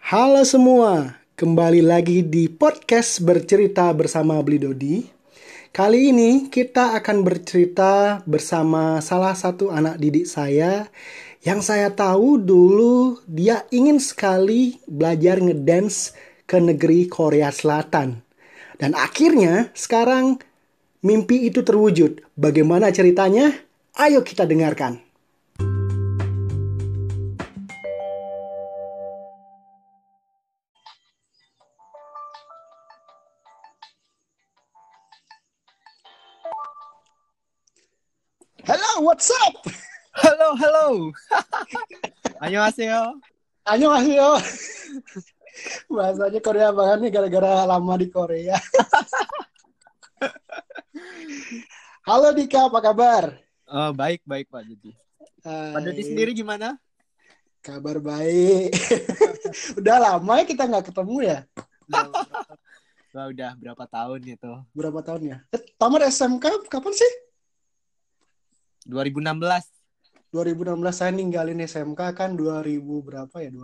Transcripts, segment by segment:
Halo semua, kembali lagi di podcast bercerita bersama Bli Dodi. Kali ini kita akan bercerita bersama salah satu anak didik saya yang saya tahu dulu dia ingin sekali belajar ngedance ke negeri Korea Selatan. Dan akhirnya sekarang mimpi itu terwujud. Bagaimana ceritanya? Ayo kita dengarkan. Halo, what's up? Halo, halo. Annyeonghaseyo. Annyeonghaseyo. Bahasanya Korea banget nih gara-gara lama di Korea. Halo Dika, apa kabar? Oh, baik Pak Dodi. Pak Dodi Hai, sendiri gimana? kabar baik. Udah lama ya kita nggak ketemu ya? Udah berapa tahun itu? Berapa tahun ya? Tamat SMK kapan sih? 2016. 2016 saya ninggalin SMK kan 2000 berapa ya?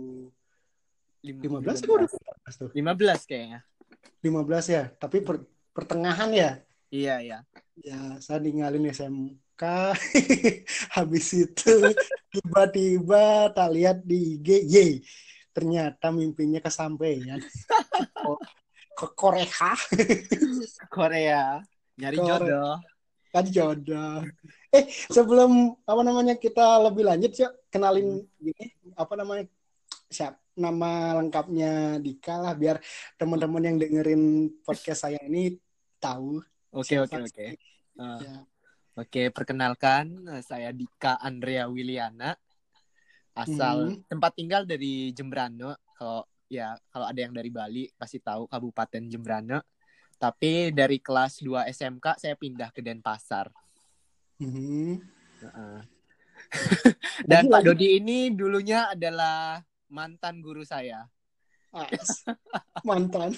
2015 atau 15. 2014 tuh? 15 kayaknya. 15 ya, tapi pertengahan ya? Iya, iya. Ya, saya ninggalin SMK. Habis itu tiba-tiba tak lihat di IG, ternyata mimpinya kesampaian. Oh, ke Korea, Ke Korea. Nyari Korea jodoh. kan jodoh. Sebelum apa namanya kita lebih lanjut, yuk kenalin gini apa namanya siap nama lengkapnya Dika lah biar teman-teman yang dengerin podcast saya ini tahu Oke, siapa oke, oke. sih. Eh, Ya. oke, perkenalkan. Saya Dika Andrea Wiliana. Asal Hmm. tempat tinggal dari Jembrane. Kalau ada yang dari Bali pasti tahu Kabupaten Jembrane. Tapi dari kelas 2 SMK saya pindah ke Denpasar. Hmm. Heeh. Dan Lagi Pak lagi. Dodi ini dulunya adalah mantan guru saya. Mantan.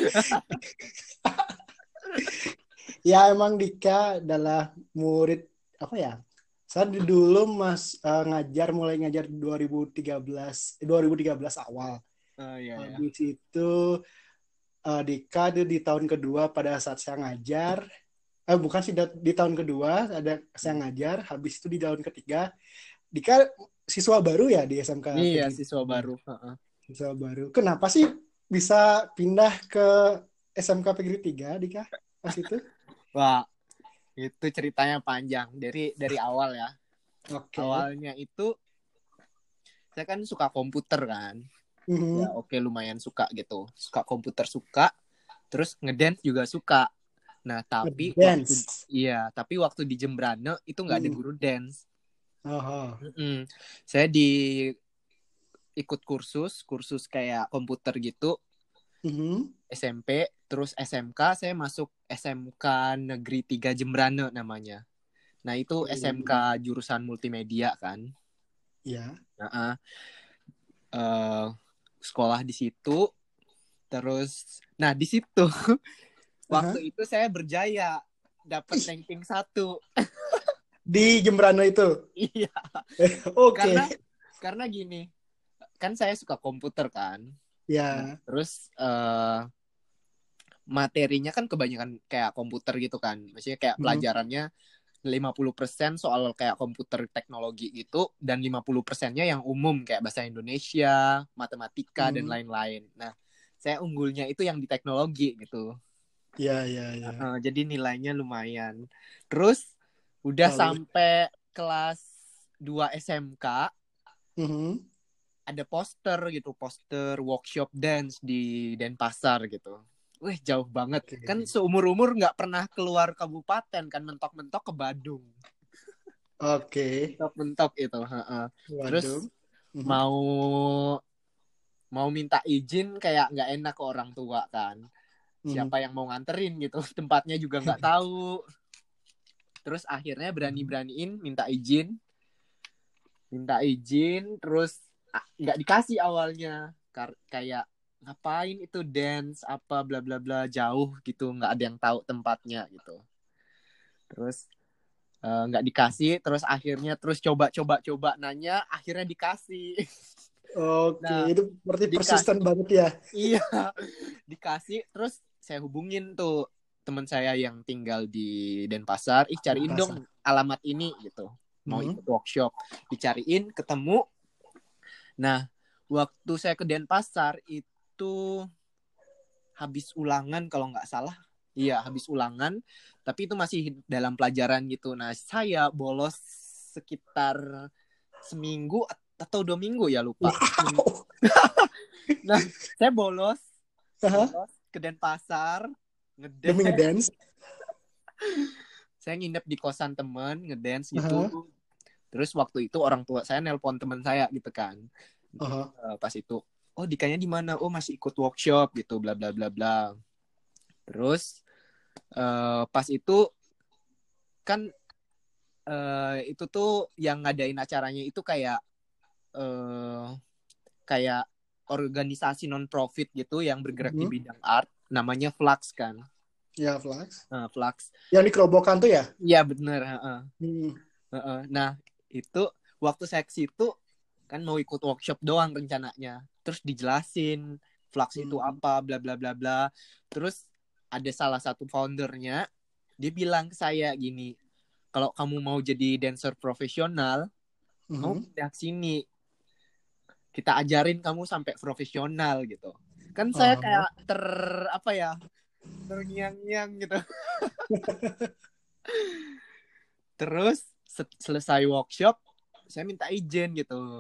Ya emang Dika adalah murid apa ya? Saya dulu ngajar mulai ngajar 2013 awal. Oh iya ya. Habis itu Dika itu di tahun kedua pada saat saya ngajar. Bukan sih di tahun kedua ada saya ngajar. Habis itu di tahun ketiga Dika siswa baru ya di SMK Iya, Negeri siswa 3. baru. Heeh. Siswa baru. Kenapa sih bisa pindah ke SMK Negeri 3 Dika pas itu? Wah, itu ceritanya panjang dari awal ya. Oke. Awalnya itu saya kan suka komputer kan. Ya, Mhm. oke, lumayan suka gitu. Suka komputer suka, terus ngedance juga suka. Nah, Dance. tapi waktu di Jembrane itu nggak ada Mhm. guru dance. Oh. Mm-mm. Saya ikut kursus kayak komputer gitu Mhm. SMP, terus SMK saya masuk SMK Negeri 3 Jembrane namanya. Nah, itu Oh. SMK jurusan multimedia kan. Ya. Nah, sekolah di situ, terus nah di situ Aha. waktu itu saya berjaya dapat Ih, ranking 1. di Jembrana itu. Iya, Oke. karena karena gini, kan saya suka komputer kan. Nah, Ya. terus materinya kan kebanyakan kayak komputer gitu kan. Maksudnya kayak Mhm. pelajarannya 50% soal kayak komputer teknologi gitu dan 50%-nya yang umum kayak bahasa Indonesia, matematika dan Mhm. lain-lain. Nah, saya unggulnya itu yang di teknologi gitu. Ya. Jadi nilainya lumayan. Terus udah Bagus. sampai kelas 2 SMK Mhm. ada poster workshop dance di Denpasar gitu. Wih, jauh banget. Oke. Kan seumur-umur nggak pernah keluar kabupaten kan, mentok-mentok ke Badung. Oke. Mentok-mentok itu. Heeh. Terus Waduh. Mhm. mau mau minta izin kayak nggak enak ke orang tua kan. Siapa Mhm. yang mau nganterin gitu. Tempatnya juga nggak tahu. Terus akhirnya berani-beraniin minta izin terus nggak dikasih awalnya kayak ngapain itu dance apa bla bla bla jauh gitu nggak ada yang tahu tempatnya gitu terus nggak dikasih terus akhirnya terus coba nanya akhirnya dikasih. Oke, Nah, itu berarti persisten dikasih, banget ya. iya, dikasih. Terus saya hubungin tuh teman saya yang tinggal di Denpasar, cariin Pasar. dong alamat ini gitu. Mau Hmm. ikut workshop, dicariin, ketemu. Nah, waktu saya ke Denpasar itu habis ulangan kalau nggak salah. Iya, habis ulangan, tapi itu masih dalam pelajaran gitu. Nah, saya bolos sekitar seminggu atau 2 minggu ya lupa. Wow. Nah, saya bolos, Aha, ke Denpasar, demi ngedance. ngedance. Saya nginep di kosan temen, ngedance gitu. Aha, Terus waktu itu orang tua saya nelpon teman saya gitu kan. aha. Pas itu, oh Dikanya di mana? Oh masih ikut workshop gitu, bla bla bla bla. Terus pas itu kan itu tuh yang ngadain acaranya itu kayak eh, kayak organisasi non profit gitu yang bergerak di Mhm. bidang art, namanya Flux kan. Ya, Flax. Flux. Yang di kerobokan tuh ya? Iya bener. Hmm. Nah itu waktu saya ke situ kan mau ikut workshop doang rencananya. Terus dijelasin Flux itu Hmm. apa, bla bla bla bla. Terus ada salah satu foundernya, dia bilang ke saya gini, kalau kamu mau jadi dancer profesional, kamu Mhm. pindah ke sini. Kita ajarin kamu sampai profesional gitu. Kan saya Aha. kayak apa ya, terngiang-ngiang gitu. Terus selesai workshop, saya minta izin gitu,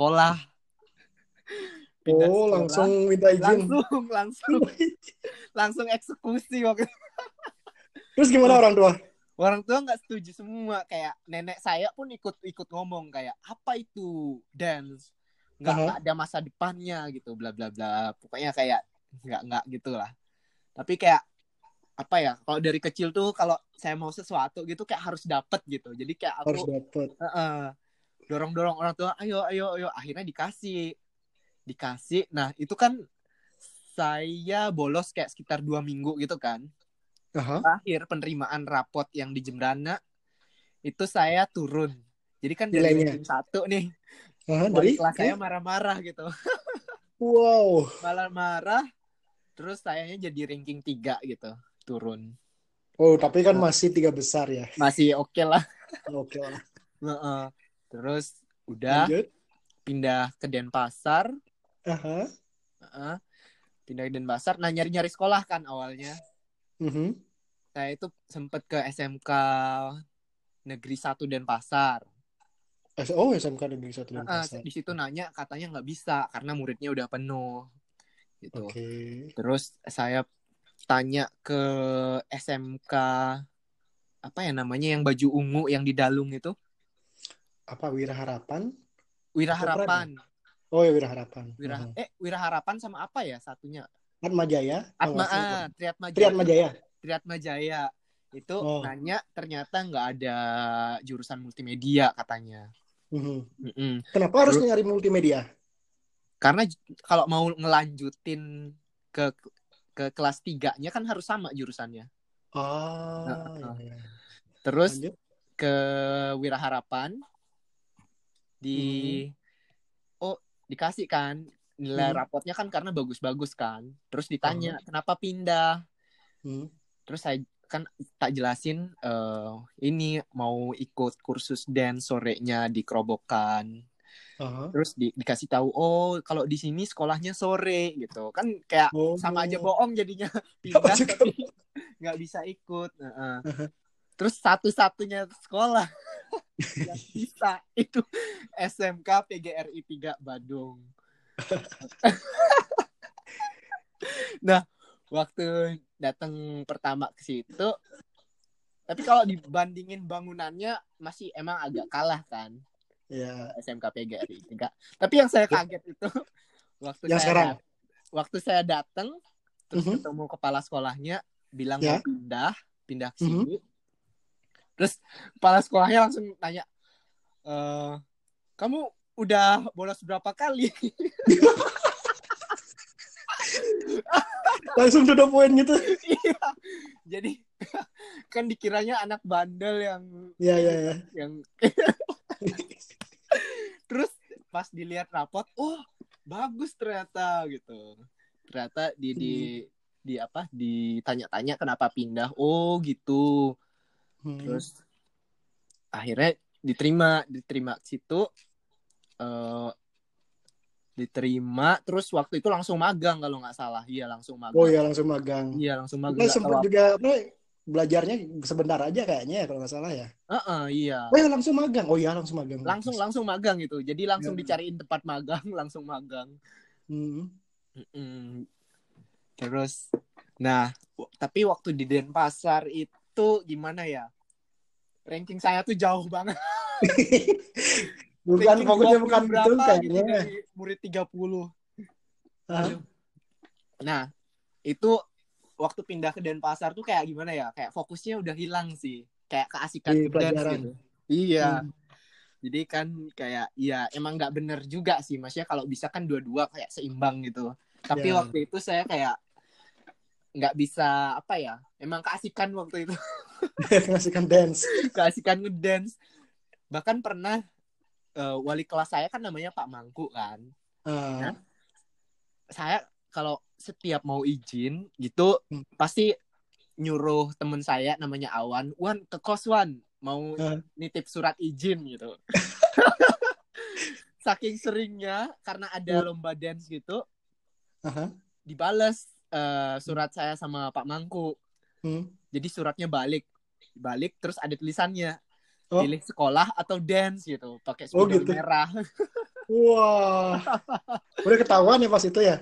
pindah Oh, langsung sekolah, minta izin. langsung langsung langsung eksekusi waktu itu. Terus gimana Wah, orang tua? orang tua nggak setuju semua, kayak nenek saya pun ikut ngomong kayak apa itu dance, nggak Aha. ada masa depannya gitu, bla bla bla, pokoknya kayak nggak gitulah. Tapi kayak apa ya, kalau dari kecil tuh kalau saya mau sesuatu gitu kayak harus dapet gitu, jadi kayak Harus aku dapet. dorong dorong orang tua, ayo ayo ayo, akhirnya dikasih. Nah itu kan saya bolos kayak sekitar 2 minggu gitu kan. Aha. Terakhir penerimaan rapot yang di Jembrana itu saya turun. Jadi kan dari Nilainya. ranking 1 nih, Aha, wali dari kelas ke? saya marah-marah gitu. Wow. Malah marah, terus sayanya jadi ranking 3 gitu, turun. Oh, tapi kan Nah, masih tiga besar ya. masih oke lah. Oke lah. Terus udah Lanjut. pindah ke Denpasar. Aha. Heeh, pindah ke Denpasar. Nah, nyari-nyari sekolah kan awalnya. Mhm. Saya itu sempet ke SMK Negeri 1 Denpasar. Oh, SMK Negeri 1 Denpasar. Di situ nanya, katanya nggak bisa karena muridnya udah penuh gitu. Oke. Terus saya tanya ke SMK apa ya namanya, yang baju ungu yang di Dalung itu, Apa Wira Harapan Wira atau Prada? Harapan. Oh ya, Wira Harapan. Aha. Wira Harapan sama apa ya satunya? Atma Jaya, kalau nggak salah. Triatma Triatma Jaya. Jaya. Triatma Jaya. Itu Oh. nanya, ternyata nggak ada jurusan multimedia katanya. Mhm. Mm-mm. Kenapa harus Terus nyari multimedia? karena kalau mau ngelanjutin ke kelas 3-nya kan harus sama jurusannya. Ah, ya, Uh-uh. ya. Terus Lanjut. ke Wira Harapan Mhm. di oh dikasih kan nilai Mhm. rapotnya kan karena bagus-bagus kan. Terus Aha. ditanya kenapa pindah. Mhm. Terus saya kan tak jelasin ini mau ikut kursus dance sorenya di Kerobokan. Aha. Terus dikasih tahu, oh kalau di sini sekolahnya sore gitu kan, kayak sama aja Oh, bohong jadinya. apa Pindah juga? tapi nggak bisa ikut. Terus satu-satunya sekolah yang bisa itu SMK PGRI 3 Badung. Nah waktu datang pertama ke situ, tapi kalau dibandingin bangunannya masih emang agak kalah kan Ya. SMK PGRI 3. Tapi yang saya kaget itu waktu Yang saya sekarang. waktu saya datang terus Mhm. ketemu kepala sekolahnya bilang mau Ya. pindah ke Mhm. sini. Terus kepala sekolahnya langsung nanya, kamu udah bolos berapa kali? Langsung to the point gitu. Iya. Jadi kan dikiranya anak bandel yang Ya, ya, ini kan, ya. yang terus pas dilihat rapot, oh bagus ternyata gitu. Ternyata di apa ditanya-tanya kenapa pindah. Oh gitu. Terus akhirnya diterima ke situ, eh, diterima terus waktu itu langsung magang kalau nggak salah. Iya langsung Oh magang. ya, langsung magang. Iya langsung magang, Kita nggak tahu sempat apa. juga apa, belajarnya sebentar aja kayaknya ya kalau nggak salah ya. Iya. Oh ya, langsung magang. Oh ya, langsung magang. Langsung Mas. langsung magang gitu. Jadi Ya. langsung dicariin tempat magang, langsung magang. Hmm. Mm-mm. Terus nah, tapi waktu di Denpasar itu gimana ya? Ranking saya tuh jauh banget. Bukan, Ranking fokusnya 20 bukan itu berapa gitu kayaknya. dari murid 30. Hah? Aduh. Nah, itu waktu pindah ke Denpasar tuh kayak gimana ya? Kayak fokusnya udah hilang sih. Kayak keasikan Di ngedance pelajaran. gitu. Iya. Hmm. Jadi kan kayak ya emang nggak bener juga sih. Maksudnya kalau bisa kan dua-dua kayak seimbang gitu. Tapi Ya. waktu itu saya kayak nggak bisa apa ya. Emang keasikan waktu itu. Ngasihkan dance. Keasikan ngedance. Bahkan pernah wali kelas saya kan namanya Pak Mangku kan. Nah, Ah. saya kalau setiap mau izin gitu Hmm. pasti nyuruh temen saya namanya Awan, Wan ke kos Wan, mau Ah. nitip surat izin gitu. Saking seringnya karena ada lomba dance gitu, Aha. dibales surat saya sama Pak Mangku. Hmm. Jadi suratnya balik terus ada tulisannya Oh, pilih sekolah atau dance gitu, pakai oh spidol gitu. merah. Wah, udah ketahuan ya pas itu ya?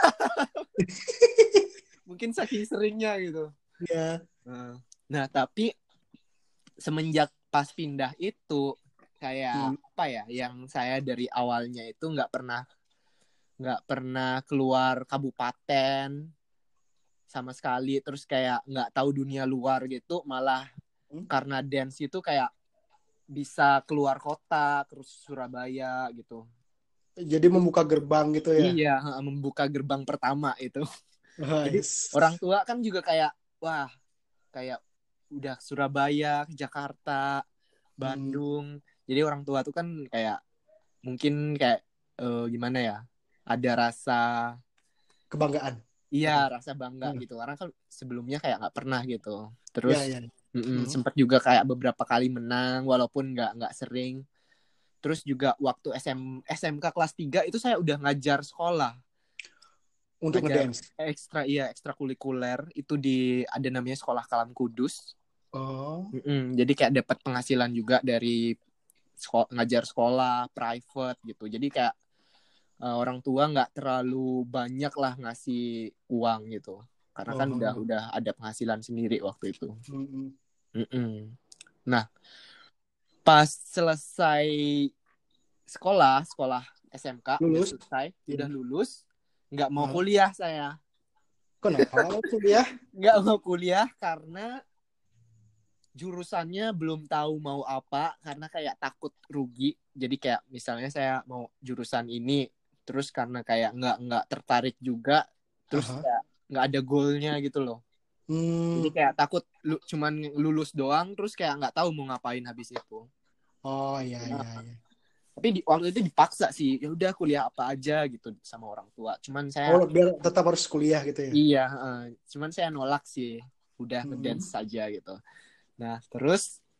Mungkin saking seringnya gitu. Ya. Nah, tapi semenjak pas pindah itu kayak Hmm. apa ya, yang saya dari awalnya itu nggak pernah keluar kabupaten sama sekali, terus kayak nggak tahu dunia luar gitu, malah Hmm. karena dance itu kayak bisa keluar kota terus Surabaya gitu. Jadi membuka gerbang gitu ya? Iya, membuka gerbang pertama itu. Jadi Nice. orang tua kan juga kayak wah, kayak udah Surabaya, Jakarta, Hmm. Bandung. Jadi orang tua tuh kan kayak mungkin kayak gimana ya? Ada rasa Kebanggaan. iya, Apa? rasa bangga Hmm. gitu. Karena kan sebelumnya kayak nggak pernah gitu. Terus Ya, ya. Hmm. sempat juga kayak beberapa kali menang walaupun nggak sering. Terus juga waktu SMK kelas 3 itu saya udah ngajar sekolah, Untuk ngajar ngedance. ekstrakurikuler itu di ada namanya Sekolah Kalam Kudus. Oh. Jadi kayak dapat penghasilan juga dari ngajar sekolah private gitu. Jadi kayak orang tua nggak terlalu banyak lah ngasih uang gitu. Karena kan Oh. udah ada penghasilan sendiri waktu itu. Hmm. Nah, pas selesai sekolah SMK udah Lulus? selesai, Ya. udah lulus, nggak mau Ah. kuliah saya. Kenapa kalau kuliah? Nggak mau kuliah karena jurusannya belum tahu mau apa karena kayak takut rugi. Jadi kayak misalnya saya mau jurusan ini terus karena kayak nggak tertarik juga terus Aha. kayak nggak ada goalnya gitu loh. Jadi Hmm. kayak takut cuman lulus doang terus kayak nggak tahu mau ngapain habis itu. Oh, iya, Nah, iya, iya. tapi waktu itu dipaksa sih, ya udah kuliah apa aja gitu sama orang tua. Cuman Oh, saya biar tetap harus kuliah gitu ya? iya, cuman saya nolak sih, udah ngedance Hmm. saja gitu. Nah, terus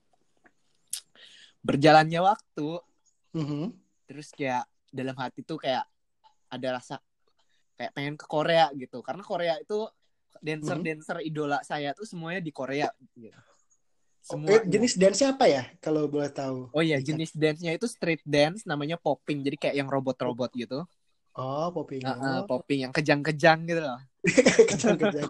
berjalannya waktu, Mhm. terus kayak dalam hati tuh kayak ada rasa kayak pengen ke Korea gitu. Karena Korea itu Mhm. dancer-dancer idola saya tuh semuanya di Korea gitu. Oh, Semuanya. jenis dance apa ya kalau boleh tahu? Oh iya, Ikan. jenis dance-nya itu street dance namanya popping. Jadi kayak yang robot-robot gitu. Oh, popping. Oh, Popping yang kejang-kejang gitu loh. kejang-kejang.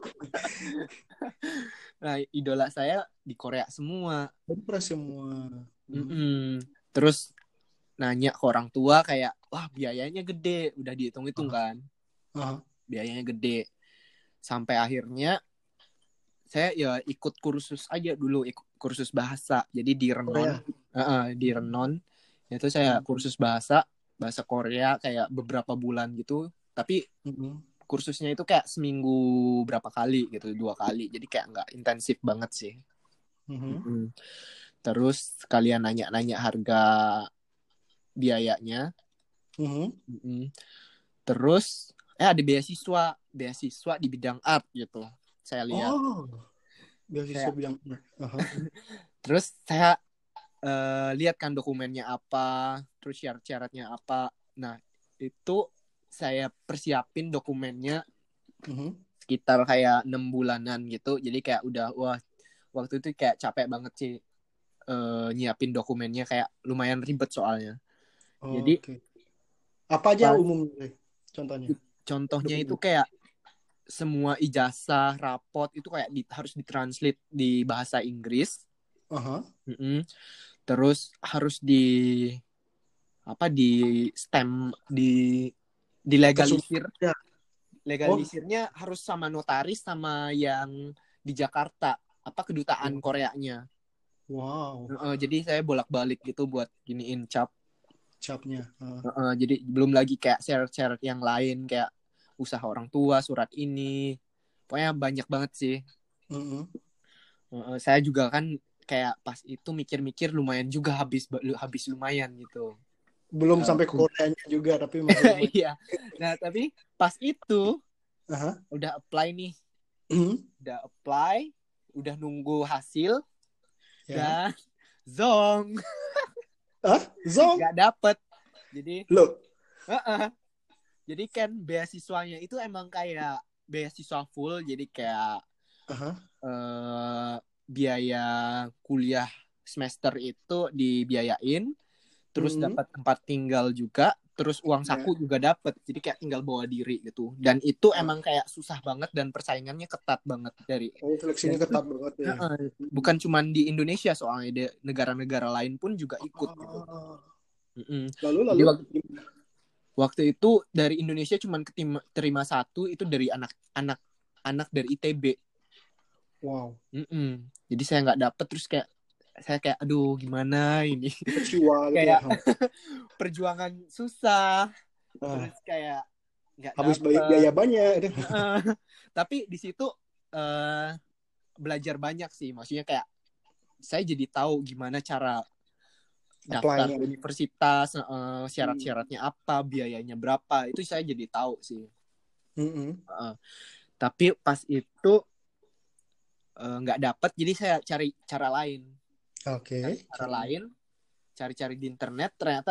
Nah, idola saya di Korea semua. Bener semua. Mhm. Terus nanya ke orang tua kayak, wah biayanya gede. Udah dihitung-hitung Aha. kan. Aha. Biayanya gede. Sampai akhirnya saya ya ikut kursus aja dulu, ikut kursus bahasa. Jadi di Renon, Korea. di Renon itu saya Mhm. kursus bahasa Korea kayak beberapa bulan gitu. Tapi Mhm. kursusnya itu kayak seminggu berapa kali gitu, 2 kali. Jadi kayak nggak intensif banget sih. Mhm. Terus kalian nanya-nanya harga biayanya. Mhm. Terus ada beasiswa di bidang art gitu. Saya lihat. Oh, beasiswa Saya bidang. Aha. terus saya lihat kan dokumennya apa, terus syarat-syaratnya apa. Nah, itu saya persiapin dokumennya Mhm. sekitar kayak 6 bulanan gitu. Jadi kayak udah wah, waktu itu kayak capek banget sih nyiapin dokumennya, kayak lumayan ribet soalnya. Jadi Oke. Apa aja pas umumnya? Contohnya. contohnya itu Dokumen. kayak semua ijazah, rapot itu kayak harus ditranslate di bahasa Inggris. Aha. Mm-mm. Terus harus di stamp, Kesulitan. dilegalisir. Oh, Legalisirnya harus sama notaris sama yang di Jakarta, apa kedutaan Koreanya. wow. Jadi saya bolak-balik gitu buat giniin cap. Capnya. Jadi belum lagi kayak syarat-syarat yang lain kayak usaha orang tua, surat ini. Pokoknya banyak banget sih. Mhm. Saya juga kan kayak pas itu mikir-mikir lumayan juga, habis lumayan gitu. Belum Eh, sampai ke Koreanya juga, tapi masih lumayan. iya. Nah, tapi pas itu Aha. udah apply nih, Mhm. udah apply, udah nunggu hasil Ya. dan zong, Ah, Zong. nggak dapet. Jadi, Loh. uh-uh. Jadi kan beasiswanya itu emang kayak beasiswa full, jadi kayak Aha. eh, biaya kuliah semester itu dibiayain, terus Mhm. dapat tempat tinggal juga, terus uang Ya. saku juga dapat. Jadi kayak tinggal bawa diri gitu. Dan itu emang kayak susah banget dan persaingannya ketat banget Oh, dan seleksinya itu ketat banget ya. bukan cuman di Indonesia, soalnya di negara-negara lain pun juga ikut gitu. Ah. Mm-mm. Lalu Jadi lalu gimana? waktu itu dari Indonesia cuman terima satu, itu dari anak dari ITB. Wow. Mm-mm. Jadi saya nggak dapet, terus kayak saya kayak aduh gimana ini. Kecewa gitu ya. Kayak perjuangan susah, Ah, terus kayak nggak habis dapet. biaya banyak itu. Tapi di situ eh, belajar banyak sih, maksudnya kayak saya jadi tahu gimana cara daftar Apply-nya. universitas, Hmm. syarat-syaratnya apa, biayanya berapa, itu saya jadi tahu sih. Mm-mm. Tapi pas itu nggak dapat, jadi saya cari cara lain. Cari Oke. cara lain, cari-cari di internet, ternyata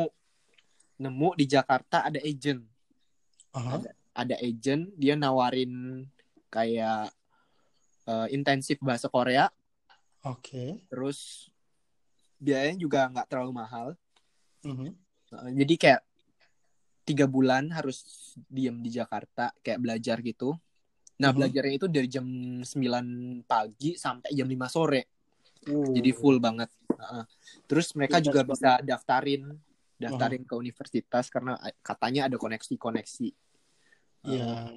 nemu di Jakarta ada agent. Aha. Ada agent, dia nawarin kayak intensif bahasa Korea, Oke. terus biayanya juga nggak terlalu mahal. Mhm. Jadi kayak 3 bulan harus diem di Jakarta kayak belajar gitu. Nah, Mhm. belajarnya itu dari jam 9 pagi sampai jam 5 sore. Jadi Uh, full banget. Terus mereka juga Intens banget. bisa daftarin Aha. daftarin ke universitas karena katanya ada koneksi-koneksi. Uh, Ya.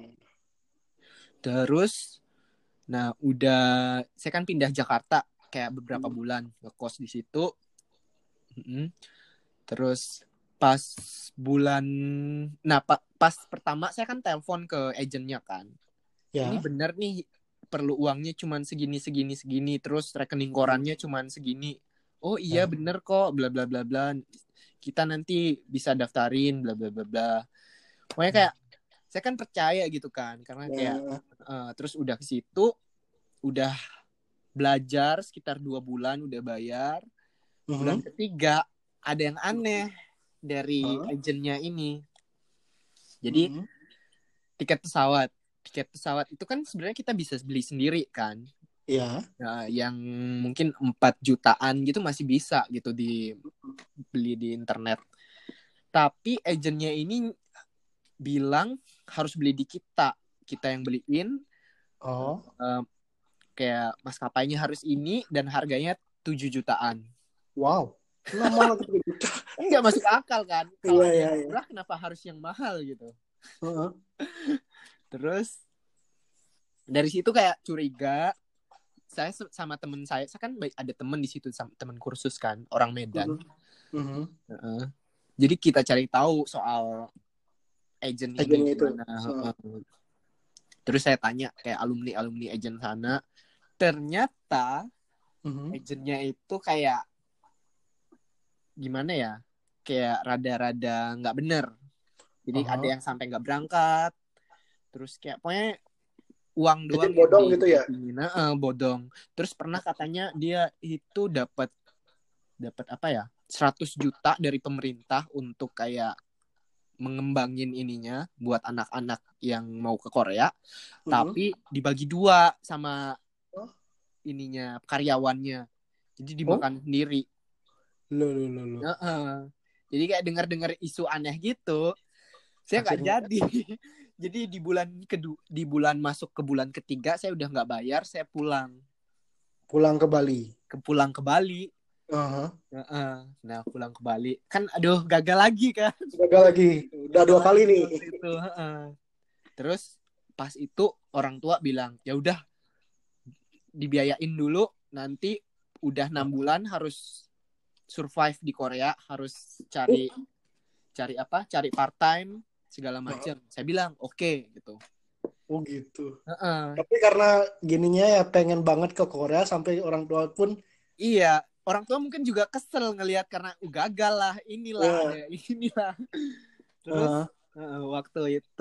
Terus, nah udah saya kan pindah Jakarta kayak beberapa bulan ngekos di situ. Mm-mm. Terus pas bulan, nah pas pertama saya kan telepon ke agennya kan. Ini Ya. bener nih perlu uangnya cuman segini segini segini, terus rekening korannya cuman segini. Oh iya Ya. bener kok, bla bla bla bla. Kita nanti bisa daftarin bla bla bla bla. Pokoknya kayak saya kan percaya gitu kan, karena kayak Ya. terus udah ke situ, udah belajar sekitar 2 bulan, udah bayar. Bulan Mhm. ketiga ada yang aneh dari Ah. agennya ini. Jadi Mhm. tiket pesawat, tiket pesawat itu kan sebenarnya kita bisa beli sendiri kan. Ya. Nah, yang mungkin 4 jutaan gitu masih bisa gitu dibeli di internet. Tapi agennya ini bilang harus beli di kita yang beliin. Oh. eh, Kayak maskapainya harus ini dan harganya 7 jutaan. Wow. Kenapa mahal 3 juta? Nggak masuk akal kan? Kalau Iya, ada iya, yang iya. murah, kenapa harus yang mahal gitu? Heeh. Terus dari situ kayak curiga. Saya sama temen saya kan ada temen di situ, temen kursus kan, orang Medan. Mhm. Mhm. Heeh. Jadi kita cari tahu soal agent ini Agennya itu. gimana. Heeh. Heeh. Terus saya tanya kayak alumni agent sana. Ternyata Mhm. agennya itu kayak gimana ya? Kayak rada-rada nggak bener. Jadi ada Aha. yang sampai nggak berangkat. Terus kayak pokoknya uang Jadi doang yang bodong gitu ya. didatengin. Bodong. Terus pernah katanya dia itu dapat dapat apa ya? 100 juta dari pemerintah untuk kayak mengembangin ininya buat anak-anak yang mau ke Korea, Mhm. tapi dibagi dua sama Oh, ininya karyawannya. Jadi oh, dimakan sendiri. lo. Jadi kayak dengar-dengar isu aneh gitu, saya nggak Akhirnya jadi. Jadi di bulan masuk ke bulan ketiga saya udah nggak bayar, saya pulang ke Bali. pulang ke Bali. Aha. Nah pulang ke Bali kan, aduh gagal lagi kan, Gagal lagi. Udah gagal dua lagi kali nih. waktu itu. Terus pas itu orang tua bilang ya udah dibiayain dulu, nanti udah 6 bulan harus survive di Korea, harus Oh, cari cari apa cari part time segala aha. macam. Saya bilang oke gitu. Oh gitu. Heeh. Tapi karena gininya ya pengen banget ke Korea sampai orang tua pun Iya, orang tua mungkin juga kesel ngelihat karena gagal lah, inilah ada ya. inilah. Terus Aha. waktu itu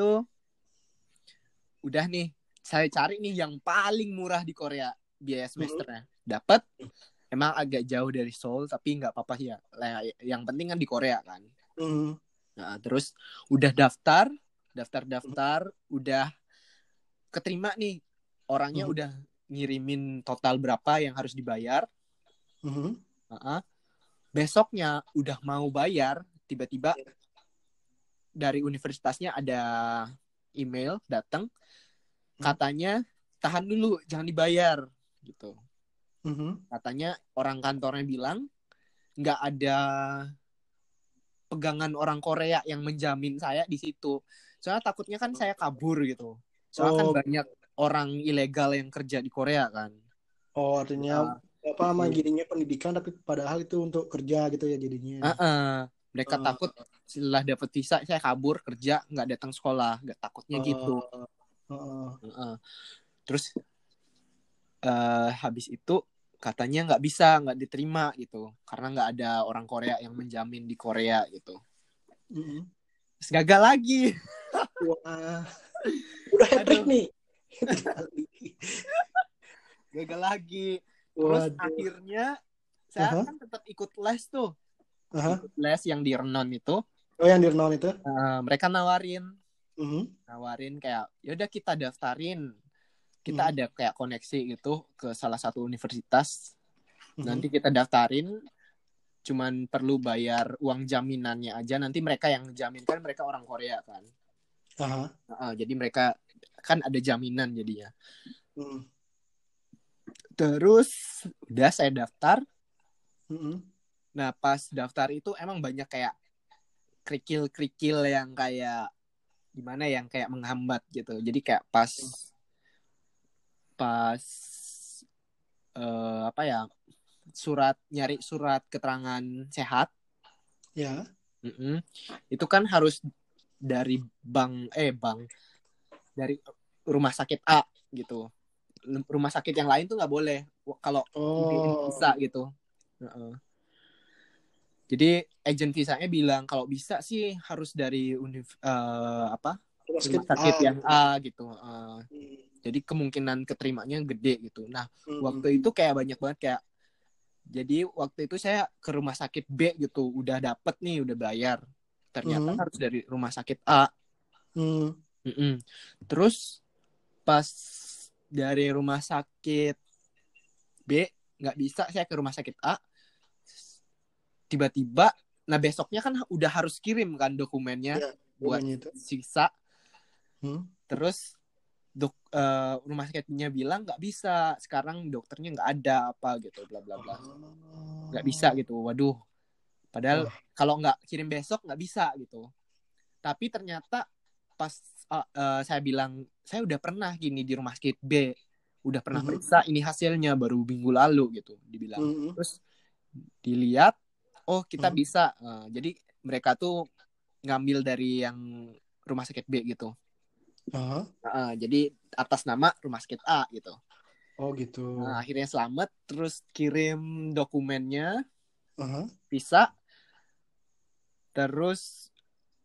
udah nih, saya cari nih yang paling murah di Korea biaya Mhm. semesternya. Dapat, emang agak jauh dari Seoul tapi nggak apa-apa ya. Yang penting kan di Korea kan. Mhm. Nah, terus udah daftar, udah keterima nih. Orangnya Mhm. udah ngirimin total berapa yang harus dibayar. Mhm. Nah, besoknya udah mau bayar, tiba-tiba dari universitasnya ada email datang, Mhm. katanya tahan dulu, jangan dibayar gitu. Mhm. Katanya orang kantornya bilang nggak ada pegangan orang Korea yang menjamin saya di situ. Soalnya takutnya kan saya kabur gitu. Soalnya kan Oh, banyak orang ilegal yang kerja di Korea kan. oh artinya Ya, apa sama jadi, jadinya pendidikan tapi padahal itu untuk kerja gitu ya jadinya. mereka Uh, takut setelah dapat visa saya kabur kerja nggak datang sekolah, nggak, takutnya gitu. uh, uh, Uh, Terus habis itu katanya nggak diterima gitu karena nggak ada orang Korea yang menjamin di Korea gitu. mm. Terus gagal lagi. Wah, udah hat trick Aduh, nih. Tiga kali. gagal lagi. Terus Waduh. akhirnya saya Aha, kan tetap ikut les tuh, aha. ikut les yang di Renon itu. Oh yang di Renon itu? Mereka nawarin Mhm, nawarin kayak yaudah kita daftarin, kita mhm, ada kayak koneksi gitu ke salah satu universitas, mhm. nanti kita daftarin, cuman perlu bayar uang jaminannya aja, nanti mereka yang jamin kan, mereka orang Korea kan. Aha. Jadi mereka kan ada jaminan jadinya. Mhm, Terus udah saya daftar. mhm. Nah pas daftar itu emang banyak kayak kerikil-kerikil yang kayak gimana, yang kayak menghambat gitu. Jadi kayak pas pas apa ya, nyari surat keterangan sehat. Ya. Mm-mm. Itu kan harus dari bank dari rumah sakit A gitu. Rumah sakit yang lain tuh nggak boleh kalau gedein Oh, visa gitu. Uh-uh. Jadi agent visanya bilang kalau bisa sih harus dari apa, rumah sakit rumah A sakit yang gitu. A gitu. Hmm, Jadi kemungkinan keterimanya gede gitu. Nah hmm, waktu itu kayak banyak banget kayak, jadi waktu itu saya ke rumah sakit B gitu, udah dapet nih, udah bayar. Ternyata hmm, harus dari rumah sakit A. hmm. Mm-mm. Terus pas dari rumah sakit B nggak bisa, saya ke rumah sakit A. Tiba-tiba, nah besoknya kan udah harus kirim kan dokumennya Ya, buat domainnya itu. sisa. Hmm. Terus rumah sakitnya bilang nggak bisa, sekarang dokternya nggak ada apa gitu, bla bla bla, nggak bisa Oh, gitu. Waduh, padahal wah. kalau nggak kirim besok nggak bisa gitu. Tapi ternyata pas saya bilang saya udah pernah gini di rumah sakit B, udah pernah Mhm, periksa, ini hasilnya baru minggu lalu gitu, dibilang. mhm, Terus dilihat, oh kita mhm. bisa. Jadi mereka tuh ngambil dari yang rumah sakit B gitu. Aha. Jadi atas nama rumah sakit A gitu. Oh gitu. Akhirnya selamat, terus kirim dokumennya, Aha. visa, terus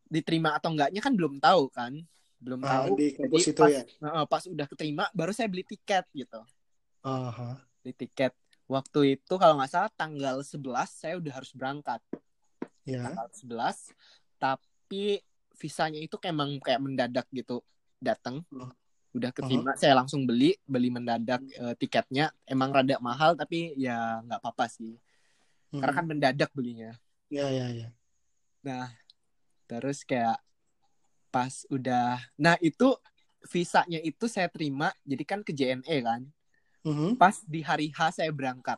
diterima atau enggaknya kan belum tahu kan. Belum tahu. Di Jadi kampus itu pas ya. pas udah keterima baru saya beli tiket gitu. Aha. Beli tiket. Waktu itu kalau nggak salah tanggal 11 saya udah harus berangkat. Ya. Tanggal 11, tapi visanya itu emang kayak mendadak gitu datang. Udah keterima, saya langsung beli mendadak tiketnya. Emang rada mahal tapi ya nggak apa-apa sih. Karena kan mendadak belinya. Ya. Nah, terus kayak pas udah, nah itu visanya itu saya terima, jadi kan ke JNE kan. Pas di hari H saya berangkat.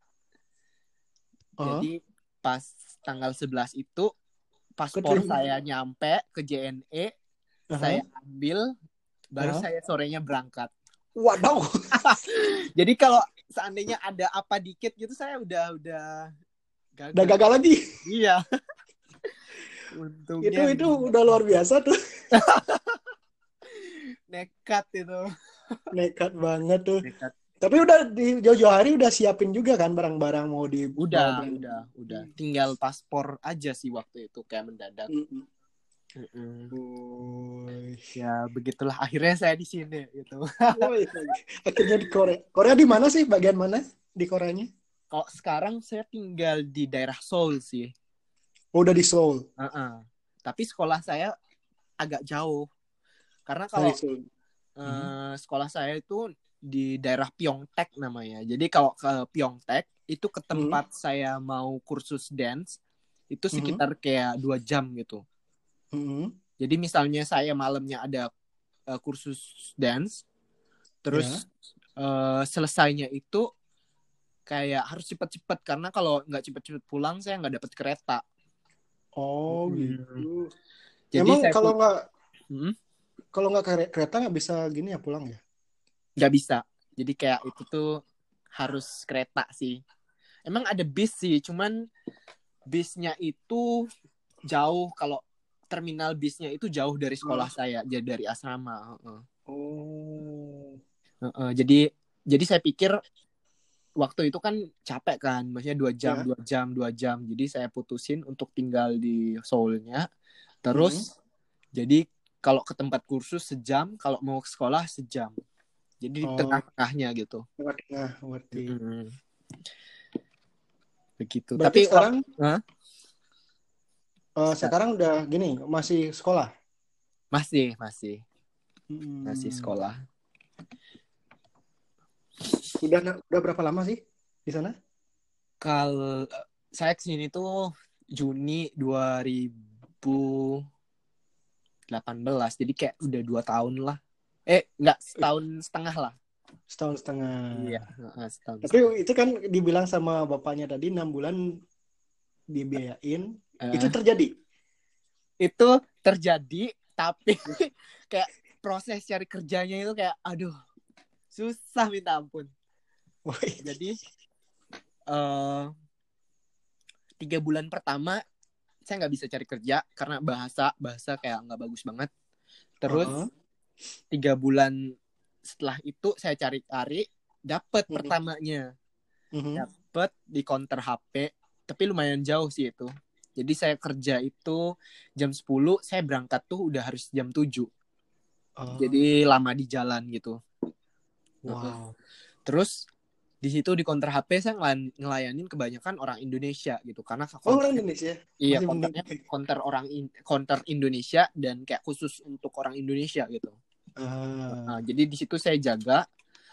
Jadi pas tanggal 11 itu paspor saya nyampe ke JNE, saya ambil, baru saya sorenya berangkat. Waduh. Jadi kalau seandainya ada apa dikit gitu saya udah gagal. Udah gagal lagi. Iya. Untungnya itu udah luar biasa tuh. Nekat itu. Nekat banget tuh. Nekat. Tapi udah di jauh-jauh hari udah siapin juga kan barang-barang mau dibawa Udah. Tinggal paspor aja sih waktu itu kayak mendadak. Ya begitulah akhirnya saya di sini gitu. Akhirnya di Korea. Korea di mana sih? Bagian mana di Koreanya? Kalau sekarang saya tinggal di daerah Seoul sih. Udah di Seoul. Tapi sekolah saya agak jauh. Karena kalau sekolah saya itu di daerah Pyeongtaek namanya. Jadi kalau ke Pyeongtaek itu ke tempat saya mau kursus dance itu sekitar kayak 2 jam gitu. Jadi misalnya saya malamnya ada kursus dance, terus selesainya itu kayak harus cepet-cepet karena kalau nggak cepet-cepet pulang saya nggak dapat kereta. Oh gitu. Jadi emang saya kalau nggak kereta nggak bisa gini ya pulang ya? Nggak bisa. Jadi kayak itu tuh harus kereta sih. Emang ada bis sih, cuman bisnya itu jauh. Kalau terminal bisnya itu jauh dari sekolah saya, jadi dari asrama. Jadi saya pikir waktu itu kan capek kan, maksudnya 2 jam. Jadi saya putusin untuk tinggal di Seoulnya. Terus jadi kalau ke tempat kursus sejam, kalau mau ke sekolah sejam. Jadi di tengah-tengahnya gitu. Tengah-tengah, berarti. Begitu. Berarti tapi sekarang sekarang udah gini, masih sekolah? Masih sekolah. Udah berapa lama sih di sana? Kalau saya kesini tuh Juni 2018, jadi kayak udah 2 tahun lah. Enggak, setahun setengah lah. Setahun setengah. Iya, setahun. Tapi itu kan dibilang sama bapaknya tadi 6 bulan dibiayain. Itu terjadi? Itu terjadi, tapi kayak proses cari kerjanya itu kayak aduh, susah minta ampun. Jadi 3 bulan pertama saya nggak bisa cari kerja karena bahasa kayak nggak bagus banget. Terus 3 bulan setelah itu saya cari-cari, dapet pertamanya. Dapet di counter HP, tapi lumayan jauh sih itu. Jadi saya kerja itu jam 10, saya berangkat tuh udah harus jam 7. Jadi lama di jalan gitu. Wow. Terus di situ di counter HP saya ngelayanin kebanyakan orang Indonesia gitu karena orang Indonesia. Iya, counter Indonesia dan kayak khusus untuk orang Indonesia gitu. Jadi di situ saya jaga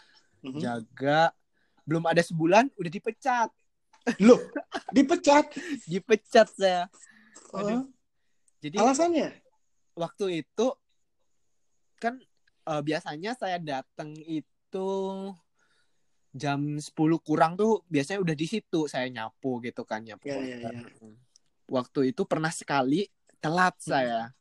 belum ada sebulan udah dipecat. Loh, dipecat saya. Jadi alasannya waktu itu kan biasanya saya datang itu jam 10 kurang tuh biasanya udah di situ saya nyapu gitu kan, nyapu. Waktu itu pernah sekali telat saya.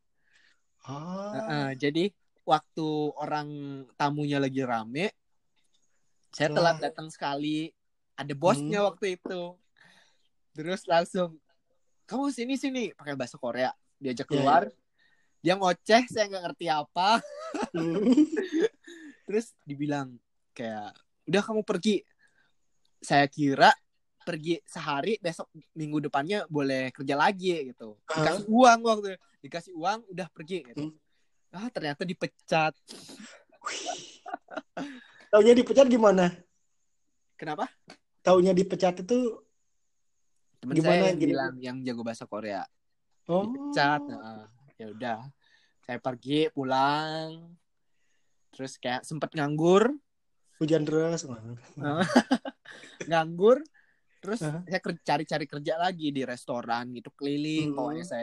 Jadi waktu orang tamunya lagi rame, saya telat datang sekali. Ada bosnya waktu itu. Terus langsung, kamu sini pakai bahasa Korea. Diajak keluar. Dia ngoceh, saya nggak ngerti apa. Terus dibilang kayak, udah kamu pergi. Saya kira pergi sehari, besok minggu depannya boleh kerja lagi gitu. Dikasih uang waktu. dikasih uang udah pergi gitu. Hmm. Ternyata dipecat. Taunya dipecat gimana? Kenapa? Taunya dipecat itu Temen saya gimana yang gini? bilang, yang jago bahasa Korea, dipecat. Oh. Ya udah, saya pergi pulang, terus kayak sempet nganggur. Hujan deras. eh, Nganggur, terus Hah? saya cari-cari kerja lagi di restoran gitu, keliling pokoknya Hmm. saya.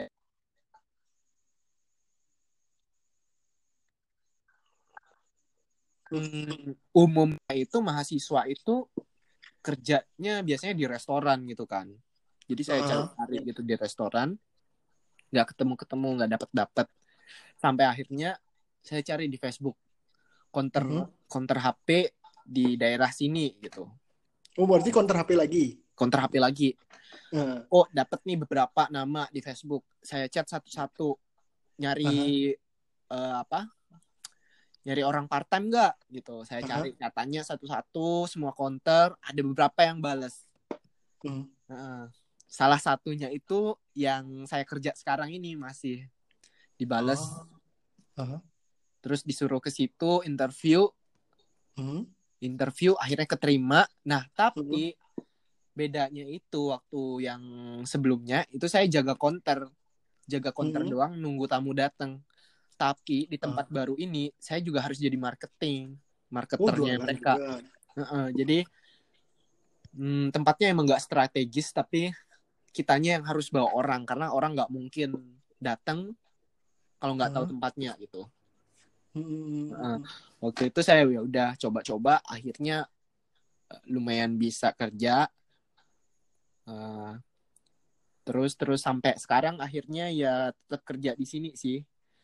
Umumnya itu mahasiswa itu kerjanya biasanya di restoran gitu kan. Jadi saya Ah. cari-cari gitu di restoran, nggak ketemu-ketemu, nggak dapet-dapet. Sampai akhirnya saya cari di Facebook counter Mhm. counter HP di daerah sini gitu. Oh, berarti counter HP lagi. Counter HP lagi. Nah. Oh, dapet nih beberapa nama di Facebook. Saya chat satu-satu, Aha. nyari apa? Nyari orang part time nggak gitu. Saya Aha. cari katanya satu-satu, semua counter, ada beberapa yang bales. Hmm. Salah satunya itu yang saya kerja sekarang ini masih dibales. Oh. Aha. Terus disuruh ke situ interview, Hmm. akhirnya keterima. Nah, Hmm. tapi bedanya itu waktu yang sebelumnya itu saya jaga konter Hmm. doang, nunggu tamu datang. Tapi di tempat Ah. baru ini saya juga harus jadi Oh, marketernya jualan mereka. juga. Jadi tempatnya emang nggak strategis, tapi kitanya yang harus bawa orang karena orang nggak mungkin datang kalau nggak tahu Ah. tempatnya gitu. Hmm. Waktu itu saya ya udah coba-coba, akhirnya lumayan bisa kerja. Uh, terus sampai sekarang akhirnya ya tetap kerja di sini sih.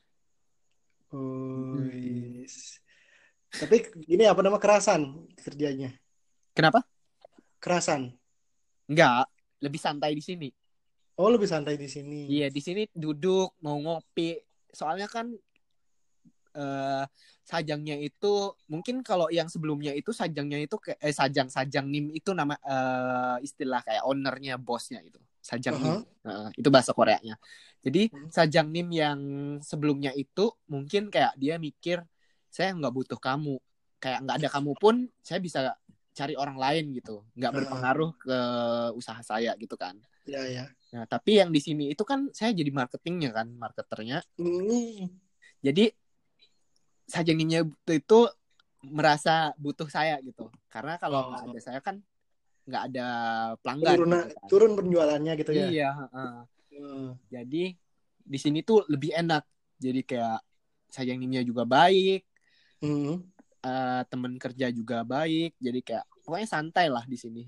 Oh, Hmm. yes. Tapi gini apa nama kerasan kerjanya? Kenapa? Kerasan. Enggak, lebih santai di sini. Oh, lebih santai di sini. Iya, di sini duduk mau ngopi. Soalnya kan sajangnya itu mungkin kalau yang sebelumnya itu sajangnya itu sajang nim itu nama istilah kayak ownernya, bosnya itu sajang nim. Aha. Itu bahasa Koreanya. Jadi Hmm. sajang nim yang sebelumnya itu mungkin kayak dia mikir saya nggak butuh kamu, kayak nggak ada kamu pun saya bisa cari orang lain gitu, nggak Ah. berpengaruh ke usaha saya gitu kan. Ya, ya. Nah, tapi yang di sini itu kan saya jadi marketingnya kan, marketernya. Hmm. Jadi sajengnya itu merasa butuh saya gitu. Karena kalau nggak Oh, ada saya kan nggak ada pelanggan penurunan gitu kan. turun penjualannya gitu ya. Iya. Hmm. Jadi di sini tuh lebih enak. Jadi kayak sajengnya juga baik, Hmm. teman kerja juga baik. Jadi kayak pokoknya santai lah di sini.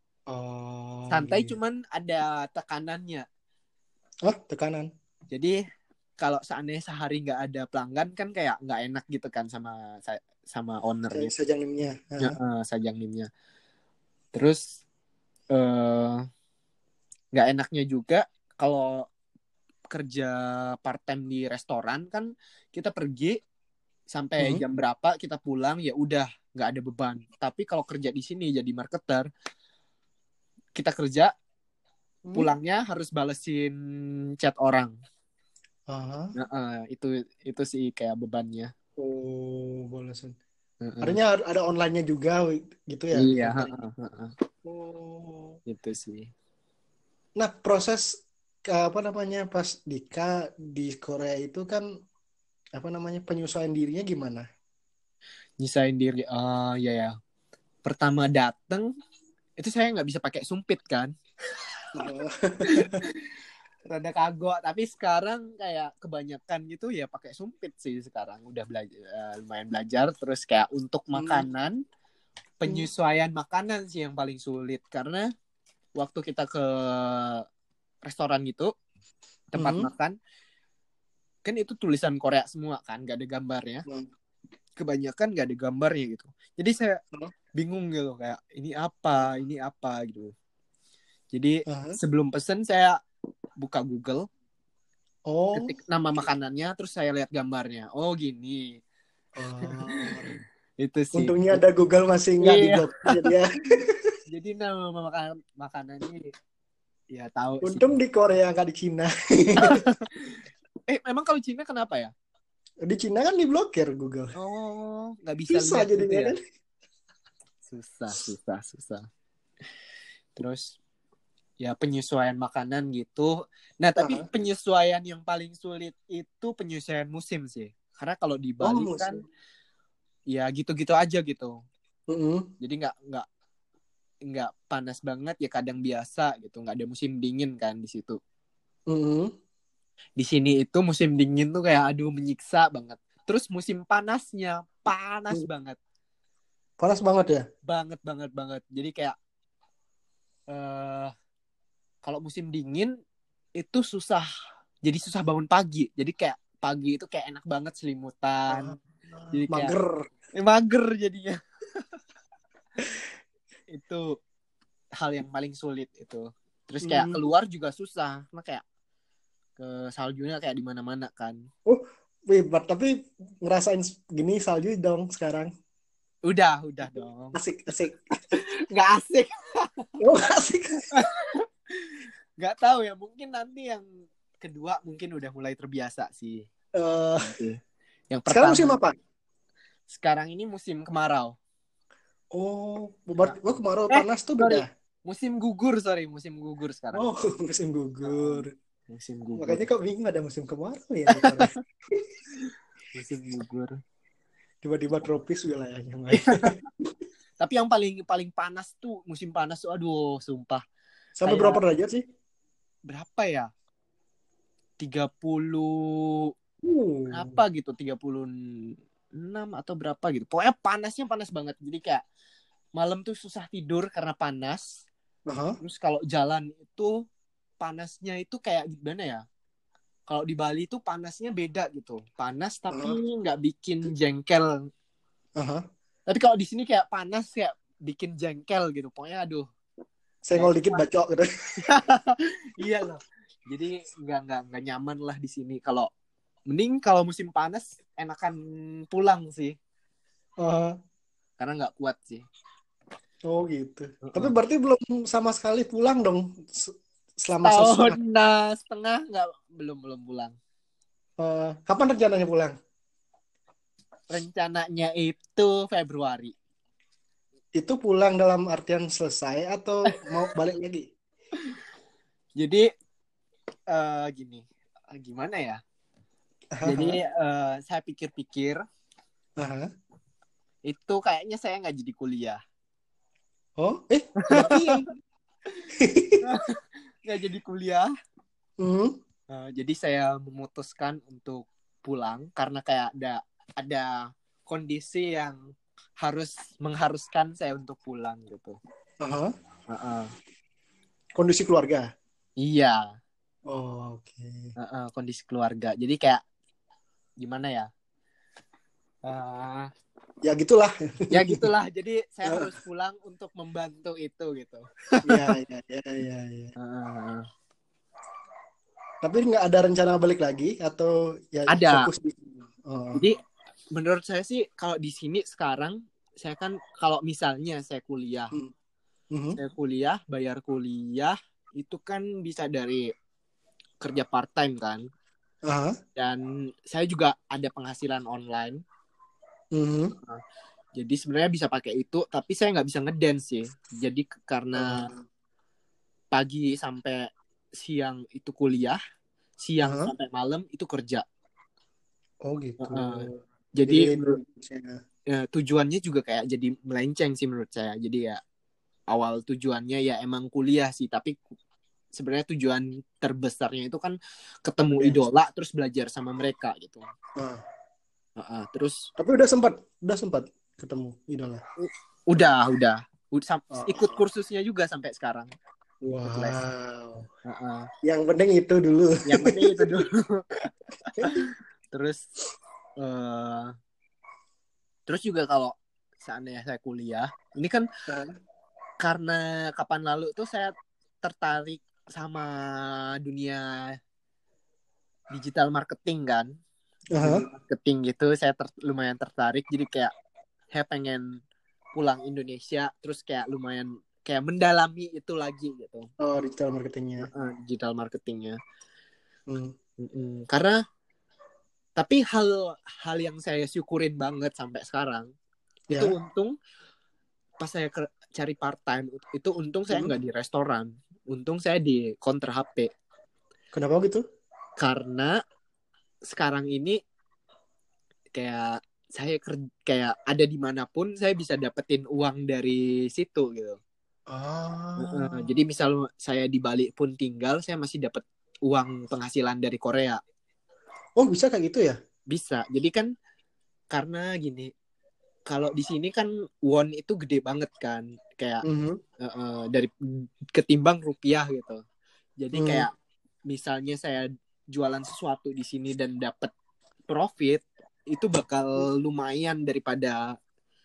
Oh, Santai gitu. cuman ada tekanannya. Oh, tekanan. Jadi kalau seandainya sehari nggak ada pelanggan kan kayak nggak enak gitu kan sama ownernya, Sejanginnya. sajangnya. Terus eh, nggak enaknya juga kalau kerja part time di restoran kan kita pergi sampai Hmm. jam berapa kita pulang ya udah nggak ada beban. Tapi kalau kerja di sini jadi marketer, kita kerja Hmm. pulangnya harus balesin chat orang. Aha. Itu sih kayak bebannya. Oh, bolasan. Heeh. Artinya ada online-nya juga gitu ya, Iya, counter. heeh. Oh. Itu sih. Nah, proses apa namanya pas di Korea itu kan apa namanya penyesuaian dirinya gimana? Nyisain diri. Ya ya. Pertama dateng itu saya nggak bisa pakai sumpit kan. Oh. Rada kagok, tapi sekarang kayak kebanyakan gitu ya pakai sumpit sih sekarang. Udah belajar, lumayan belajar. Terus kayak untuk Hmm. makanan, Hmm. penyesuaian makanan sih yang paling sulit. Karena waktu kita ke restoran gitu, tempat Hmm. makan, kan itu tulisan Korea semua kan, gak ada gambarnya. Hmm. Kebanyakan gak ada gambarnya gitu. Jadi saya Hmm. bingung gitu, kayak ini apa gitu. Jadi Aha. sebelum pesen saya buka Google, Oh, ketik nama oke. makanannya, terus saya lihat gambarnya. Oh gini, Oh. itu sih. Untungnya ada Google masih nggak Iya, diblokir jadi ya. jadi nama makanannya ya tahu sih. Untung di Korea nggak di Cina. Memang kalau Cina kenapa ya? Di Cina kan diblokir Google. Oh, nggak bisa Susah lihat gitu jadinya ya? kan. Susah. Terus ya penyesuaian makanan gitu. Nah, tapi Ah. penyesuaian yang paling sulit itu penyesuaian musim sih. Karena kalau di Oh, Bali kan musim. ya gitu-gitu aja gitu. Mm-mm. Jadi nggak panas banget ya, kadang biasa gitu. Nggak ada musim dingin kan di situ. Mm-mm. Di sini itu musim dingin tuh kayak aduh menyiksa banget. Terus musim panasnya panas banget. Panas banget ya. Banget. Jadi kayak eh kalau musim dingin itu susah. Jadi susah bangun pagi. Jadi kayak pagi itu kayak enak banget Ah, selimutan. Jadi kayak mager. mager jadinya. Itu hal yang paling sulit itu. Terus kayak Hmm. keluar juga susah. Karena kayak ke saljunya kayak di mana-mana kan. Oh, wih, tapi ngerasain gini salju dong sekarang. Udah dong. Asik, asik. Nggak asik. Oh, asik. Nggak tahu ya, mungkin nanti yang kedua mungkin udah mulai terbiasa sih Eh, nanti. Yang sekarang musim pertama apa? sekarang ini musim kemarau. Oh, Nah, kemarau panas tuh sorry, beda. musim gugur sekarang. Oh, musim Heeh, gugur. musim gugur. Makanya kok bingung ada musim kemarau ya di Korea. Musim gugur. Tiba-tiba tropis wilayahnya. Tapi yang paling paling panas tuh musim panas tuh, aduh, sumpah. Sampai berapa Kayak derajat sih? berapa ya? 30 Uh, apa gitu, 36 atau berapa gitu. Pokoknya panasnya panas banget. Jadi kayak malam tuh susah tidur karena panas. aha, Terus kalau jalan itu panasnya itu kayak gimana ya? Kalau di Bali itu panasnya beda gitu. Panas tapi aha, nggak bikin jengkel. aha. Tapi kalau di sini kayak panas kayak bikin jengkel gitu. Pokoknya aduh, nggak Senggol dikit bacok gitu. iya loh. Jadi nggak nyaman lah di sini. Kalau mending kalau musim panas enakan pulang sih. Aha. Karena nggak kuat sih. Oh gitu. Tapi Uh-uh. berarti belum sama sekali pulang dong selama Setahun sesuatu. setengah nggak belum pulang. Kapan rencananya pulang? Rencananya itu Februari. Itu pulang dalam artian selesai atau mau balik lagi? Jadi gini, gimana ya? Jadi Aha, saya pikir-pikir aha. itu kayaknya saya nggak jadi kuliah. Oh, berarti Nggak jadi kuliah. hmm, Jadi saya memutuskan untuk pulang karena kayak ada kondisi yang mengharuskan saya untuk pulang gitu. aha. Uh-uh. Kondisi keluarga. Iya, Oh, oke. kondisi keluarga. Jadi kayak gimana ya? Uh, Ya gitulah. ya gitulah. Jadi saya harus pulang untuk membantu itu gitu. Ya. Uh, Tapi nggak ada rencana balik lagi atau ya ada. fokus di sini? Oh. Jadi menurut saya sih kalau di sini sekarang saya kan kalau misalnya Hmm. Mhm. saya kuliah, bayar kuliah itu kan bisa dari kerja part time kan. Aha. Dan saya juga ada penghasilan online. Mhm. Nah, jadi sebenarnya bisa pakai itu, tapi saya nggak bisa ngedance sih. Jadi karena Ah. pagi sampai siang itu kuliah, siang Aha. sampai malam itu kerja. Oh gitu. Jadi Jadi tujuannya juga kayak jadi melenceng sih menurut saya. Jadi ya awal tujuannya ya emang kuliah sih, tapi sebenarnya tujuan terbesarnya itu kan ketemu dance. idola terus belajar sama mereka gitu. Ah. Terus Tapi udah sempat ketemu idola. udah ikut Oh. kursusnya juga sampai sekarang, ikut les. Wow. Uh-uh. Yang penting itu dulu. Yang penting itu dulu. Terus uh, terus juga kalau seandainya saya kuliah, ini kan karena kapan lalu tuh saya tertarik sama dunia digital marketing kan, Aha. dunia marketing gitu. Saya lumayan tertarik, jadi kayak saya pengen pulang Indonesia terus kayak lumayan kayak mendalami itu lagi gitu. Oh, digital marketingnya. Digital marketingnya. Hmm. Karena Tapi hal yang saya syukurin banget sampai sekarang itu Ya. untung pas saya cari part time itu untung saya nggak di restoran, untung saya di counter HP. Kenapa gitu? Karena sekarang ini kayak saya kayak ada dimanapun saya bisa dapetin uang dari situ gitu. Ah. Jadi misal saya di Bali pun tinggal, saya masih dapat uang penghasilan dari Korea. Oh, bisa kayak gitu ya? Bisa. Jadi kan karena gini, kalau di sini kan won itu gede banget kan, kayak Mhm. dari ketimbang rupiah gitu. Jadi Mhm. kayak misalnya saya jualan sesuatu di sini dan dapat profit, itu bakal lumayan daripada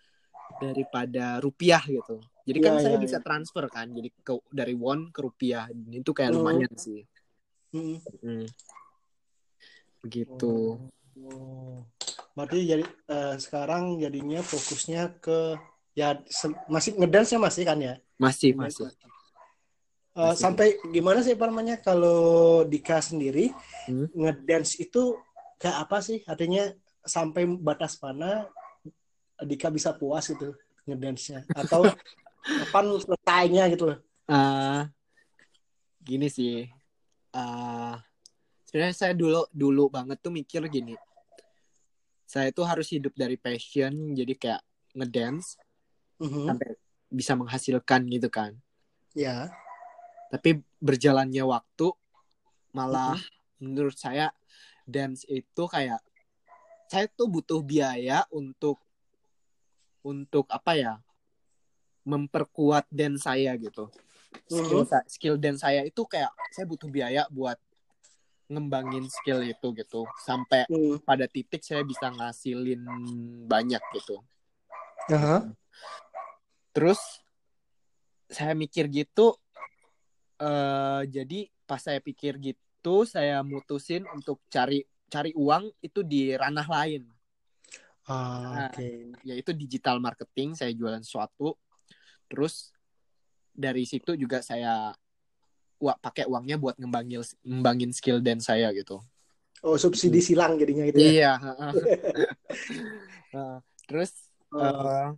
rupiah gitu. Jadi Iya, kan saya iya, bisa iya. transfer kan, jadi dari won ke rupiah. Itu kayak Mhm. lumayan sih. Mhm. Begitu. Oh. Berarti jadi sekarang jadinya fokusnya ke ya masih ngedance masih kan ya? Masih, Ngedance masih, masih. masih. Sampai gimana sih apa namanya kalau Dika sendiri Hmm? ngedance itu kayak apa sih? Artinya sampai batas mana Dika bisa puas gitu ngedance-nya atau kapan selesainya gitu loh. Ah, gini sih. Ah, sebenarnya saya dulu dulu banget tuh mikir gini. Saya tuh harus hidup dari passion, jadi kayak ngedance Mhm. sampai bisa menghasilkan gitu kan. Ya. Tapi berjalannya waktu malah Mhm. menurut saya dance itu kayak saya tuh butuh biaya untuk apa ya? Memperkuat dance saya gitu. Mhm. Skill dance saya itu kayak saya butuh biaya buat ngembangin skill itu gitu sampai Mhm. pada titik saya bisa ngasilin banyak gitu. Aha. Terus saya mikir gitu, jadi pas saya pikir gitu saya mutusin untuk cari cari uang itu di ranah lain. Ah, Nah, oke. yaitu digital marketing, saya jualan sesuatu. Terus dari situ juga saya pakai uangnya buat ngembangin skill dance saya gitu. Oh, subsidi silang jadinya gitu ya. Iya. Terus Oh. uh,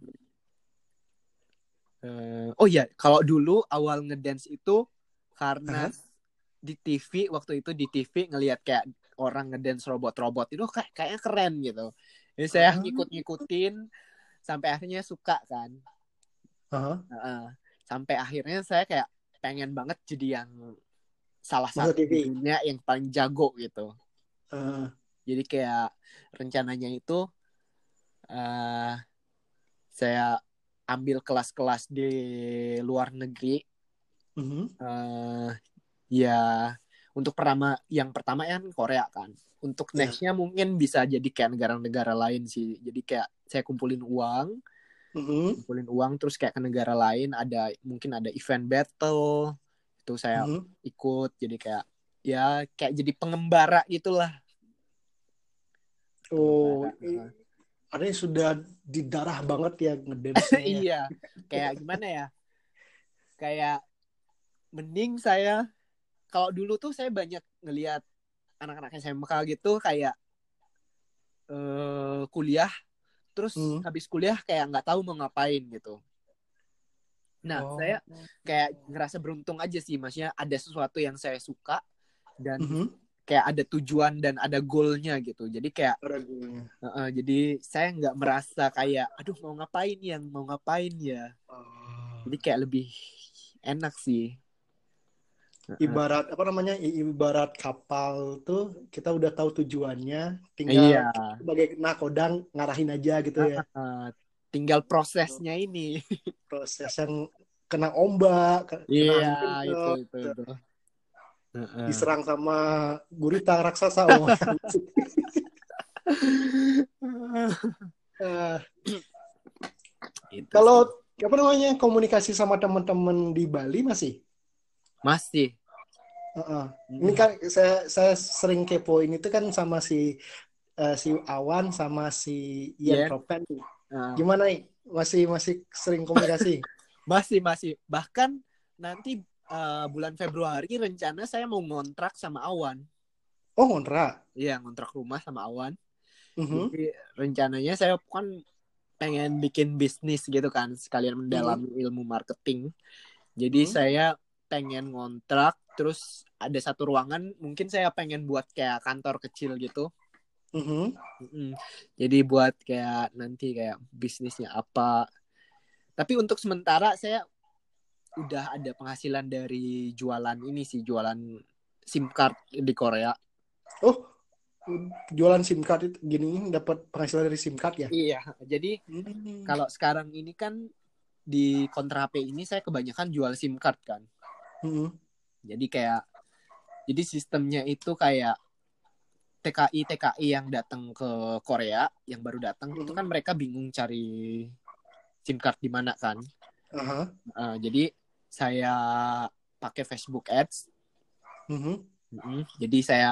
oh ya, kalau dulu awal ngedance itu karena Aha. di TV waktu itu di TV ngelihat kayak orang ngedance robot-robot itu kayaknya keren gitu. Jadi saya Ah. ngikut-ngikutin sampai akhirnya suka kan. Aha. Sampai akhirnya saya kayak pengen banget jadi yang salah Masuk satu di TV. dunia yang paling jago gitu. Ah. Jadi kayak rencananya itu uh, saya ambil kelas-kelas di luar negeri. Mhm. uh, Ya, untuk yang pertama kan Korea kan. Untuk Ya. nextnya mungkin bisa jadi kayak negara-negara lain sih. Jadi kayak saya Mhm. kumpulin uang terus kayak ke negara lain mungkin ada event battle itu saya Mhm. ikut jadi kayak ya kayak jadi pengembara gitulah. Oh, Pengembara. artinya sudah di darah banget ya ngedance-nya ya. Iya, kayak gimana ya? Kayak mending saya kalau dulu tuh saya banyak ngelihat anak-anak SMK gitu kayak kuliah terus Hmm. habis kuliah kayak nggak tahu mau ngapain gitu. Nah, Oh. saya kayak ngerasa beruntung aja sih, maksudnya ada sesuatu yang saya suka dan Mhm. kayak ada tujuan dan ada goalnya gitu. Jadi kayak, Ragunya. jadi saya nggak merasa kayak, aduh mau ngapain ya. Oh. Jadi kayak lebih enak sih. Ibarat apa namanya? Ibarat kapal tuh kita udah tahu tujuannya, tinggal Iya, sebagai nakodang ngarahin aja gitu ya. tinggal prosesnya ini. Proses yang kena ombak, kena Iya, angin itu kencang, itu itu. diserang sama gurita raksasa. Oh, eh, Itu kalau sih. apa namanya komunikasi sama teman-teman di Bali masih? Masih. Heeh. Ini kan saya sering kepoin itu kan sama si Awan sama si Ian Iya. Propen. Uh, Gimana nih? Masih masih sering komunikasi? masih. Bahkan nanti bulan Februari rencana saya mau ngontrak sama Awan. Oh, ngontrak. Iya, ngontrak rumah sama Awan. Mhm, Jadi rencananya saya kan pengen bikin bisnis gitu kan, sekalian mhm, mendalami ilmu marketing. Jadi mhm, saya pengen ngontrak, terus ada satu ruangan, mungkin saya pengen buat kayak kantor kecil gitu. mhm. Mm-mm. Jadi buat kayak nanti kayak bisnisnya apa. Tapi untuk sementara saya udah ada penghasilan dari jualan ini sih, jualan SIM card di Korea. Oh, jualan SIM card itu gini dapat penghasilan dari SIM card ya? Iya, jadi Hmm. kalau sekarang ini kan di kontra HP ini saya kebanyakan jual SIM card kan. Mhm, Jadi kayak jadi sistemnya itu kayak TKI yang datang ke Korea, yang baru datang itu mhm. kan mereka bingung cari SIM card di mana kan. Aha. Jadi saya pakai Facebook Ads. Mhm, Jadi saya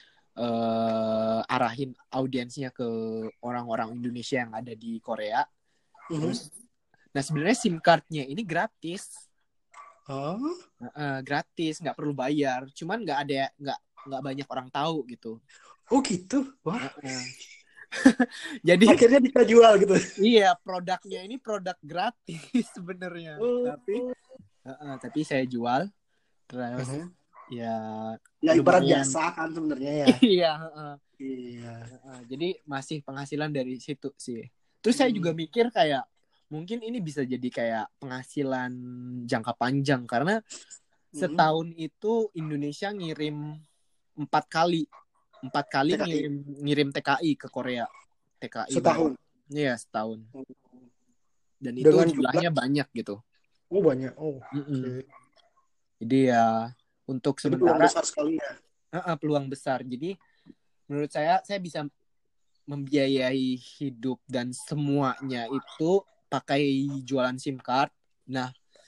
arahin audiensnya ke orang-orang Indonesia yang ada di Korea. mhm. Terus, nah sebenarnya SIM cardnya ini gratis, Oh, gratis, nggak perlu bayar. Cuman nggak banyak orang tahu gitu. oh gitu. Wah, Uh-uh. Jadi akhirnya bisa jual gitu. iya, produknya ini produk gratis sebenarnya. Oh. Tapi saya jual terus Mhm. ya Ya ibarat lumayan. jasa kan sebenarnya ya. Iya, Iya. jadi masih penghasilan dari situ sih. Terus saya juga Hmm. mikir kayak mungkin ini bisa jadi kayak penghasilan jangka panjang karena Mhm. setahun itu Indonesia ngirim 4 kali, 4 kali TKI ngirim ngirim TKI ke Korea, TKI baru. setahun. Iya, setahun. Dan itu Dengan jumlah jumlahnya banyak gitu. oh banyak. Oh, oke. Mm-mm. Jadi ya untuk Jadi peluang sementara besar sekali ya. peluang besar. Jadi menurut saya bisa membiayai hidup dan semuanya itu pakai jualan SIM card. Nah,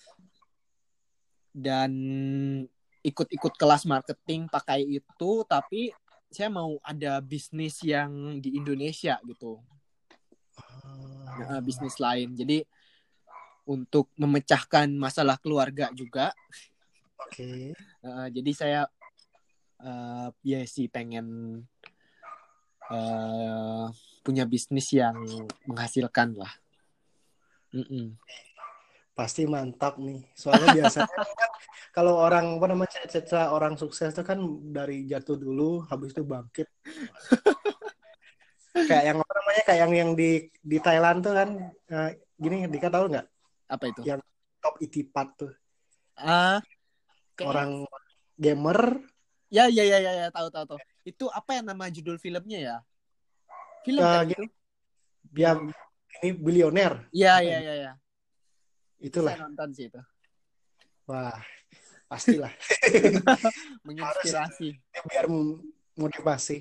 dan ikut-ikut kelas marketing pakai itu, tapi saya mau ada bisnis yang di Indonesia gitu. Nah, Ah, bisnis lain. Jadi untuk memecahkan masalah keluarga juga. oke. Jadi saya ya sih pengen uh, punya bisnis yang menghasilkan lah. Mm-mm. Pasti mantap nih. Soalnya biasanya kan kalau orang apa namanya cerita orang sukses itu kan dari jatuh dulu, habis itu bangkit. Kayak yang apa namanya kayak yang di Thailand tuh kan gini Dika tahu nggak? Apa itu? Yang top Itipat tuh Ah, kayaknya orang gamer ya, tahu tahu tahu. Itu apa ya nama judul filmnya ya? Film kan itu? gini ya Yang ini bilioner ya apa ya ini? ya ya. Itu saya Itulah. nonton sih itu. Wah, pastilah. Harus itu Menginspirasi. biar motivasi.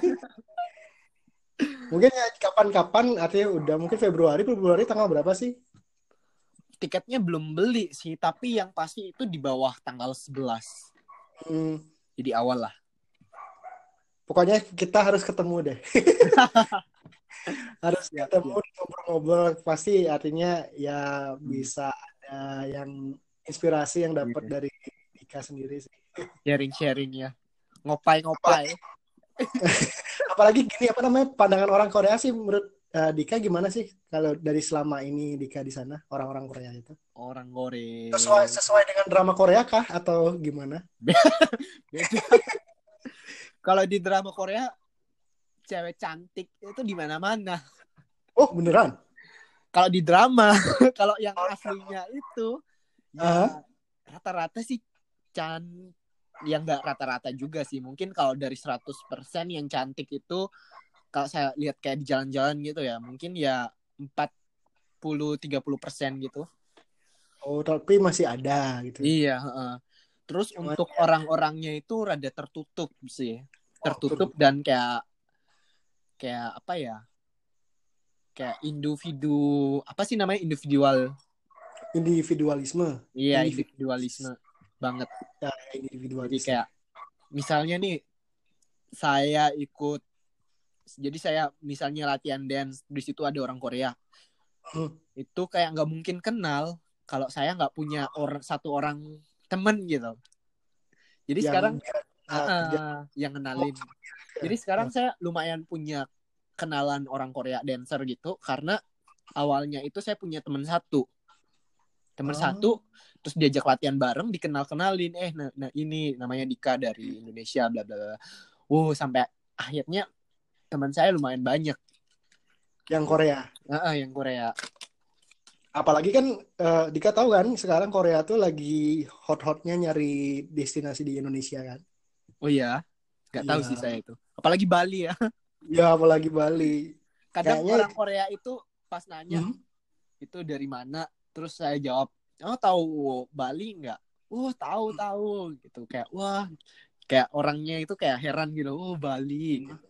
Mungkin ya kapan-kapan artinya udah mungkin Februari Februari tanggal berapa sih? Tiketnya belum beli sih, tapi yang pasti itu di bawah tanggal 11. Hmm, Jadi awal lah. pokoknya kita harus ketemu deh. Harus Siap, ketemu siap. ngobrol-ngobrol pasti artinya ya Hmm. bisa ada yang inspirasi yang dapat Iya. dari Dika sendiri sih. Sharing-sharing ya. Ngopai-ngopai. Apalagi apalagi gini apa namanya pandangan orang Korea sih menurut Dika gimana sih kalau dari selama ini Dika di sana orang-orang Korea itu Orang Korea. sesuai dengan drama Korea kah atau gimana? Beda. Kalau di drama Korea, cewek cantik itu di mana-mana. Oh beneran? Kalau di drama, kalau yang aslinya itu Ah, ya rata-rata sih can yang nggak rata-rata juga sih. Mungkin kalau dari 100% yang cantik itu kalau saya lihat kayak di jalan-jalan gitu ya, mungkin ya 40-30% gitu. oh tapi masih ada gitu. Iya, heeh. Terus Cuman untuk ya, orang-orangnya itu rada tertutup sih. oh Tertutup dan kayak kayak apa ya? Kayak individu apa sih namanya individual. individualisme, Iya, individualis, individualisme banget. ya, Jadi individualis ya. kayak misalnya nih saya ikut jadi saya misalnya latihan dance di situ ada orang Korea Hmm, itu kayak nggak mungkin kenal kalau saya nggak punya satu orang temen gitu. Jadi yang sekarang kerja. Yang kenalin. Oh, Jadi sekarang saya lumayan punya kenalan orang Korea dancer gitu karena awalnya itu saya punya teman satu terus diajak latihan bareng, dikenalin nah ini namanya Dika dari Indonesia bla bla bla. Sampai akhirnya teman saya lumayan banyak yang Korea. yang Korea. Apalagi kan Dika tahu kan sekarang Korea tuh lagi hot-hotnya nyari destinasi di Indonesia kan. Oh iya, nggak tahu sih Iya. saya itu. Apalagi Bali ya. Ya apalagi Bali. Kadang Kayaknya orang Korea itu pas nanya hmm, itu dari mana, terus saya jawab, oh tahu Bali nggak? Tahu gitu, kayak wah, kayak orangnya itu kayak heran gitu, Bali gitu.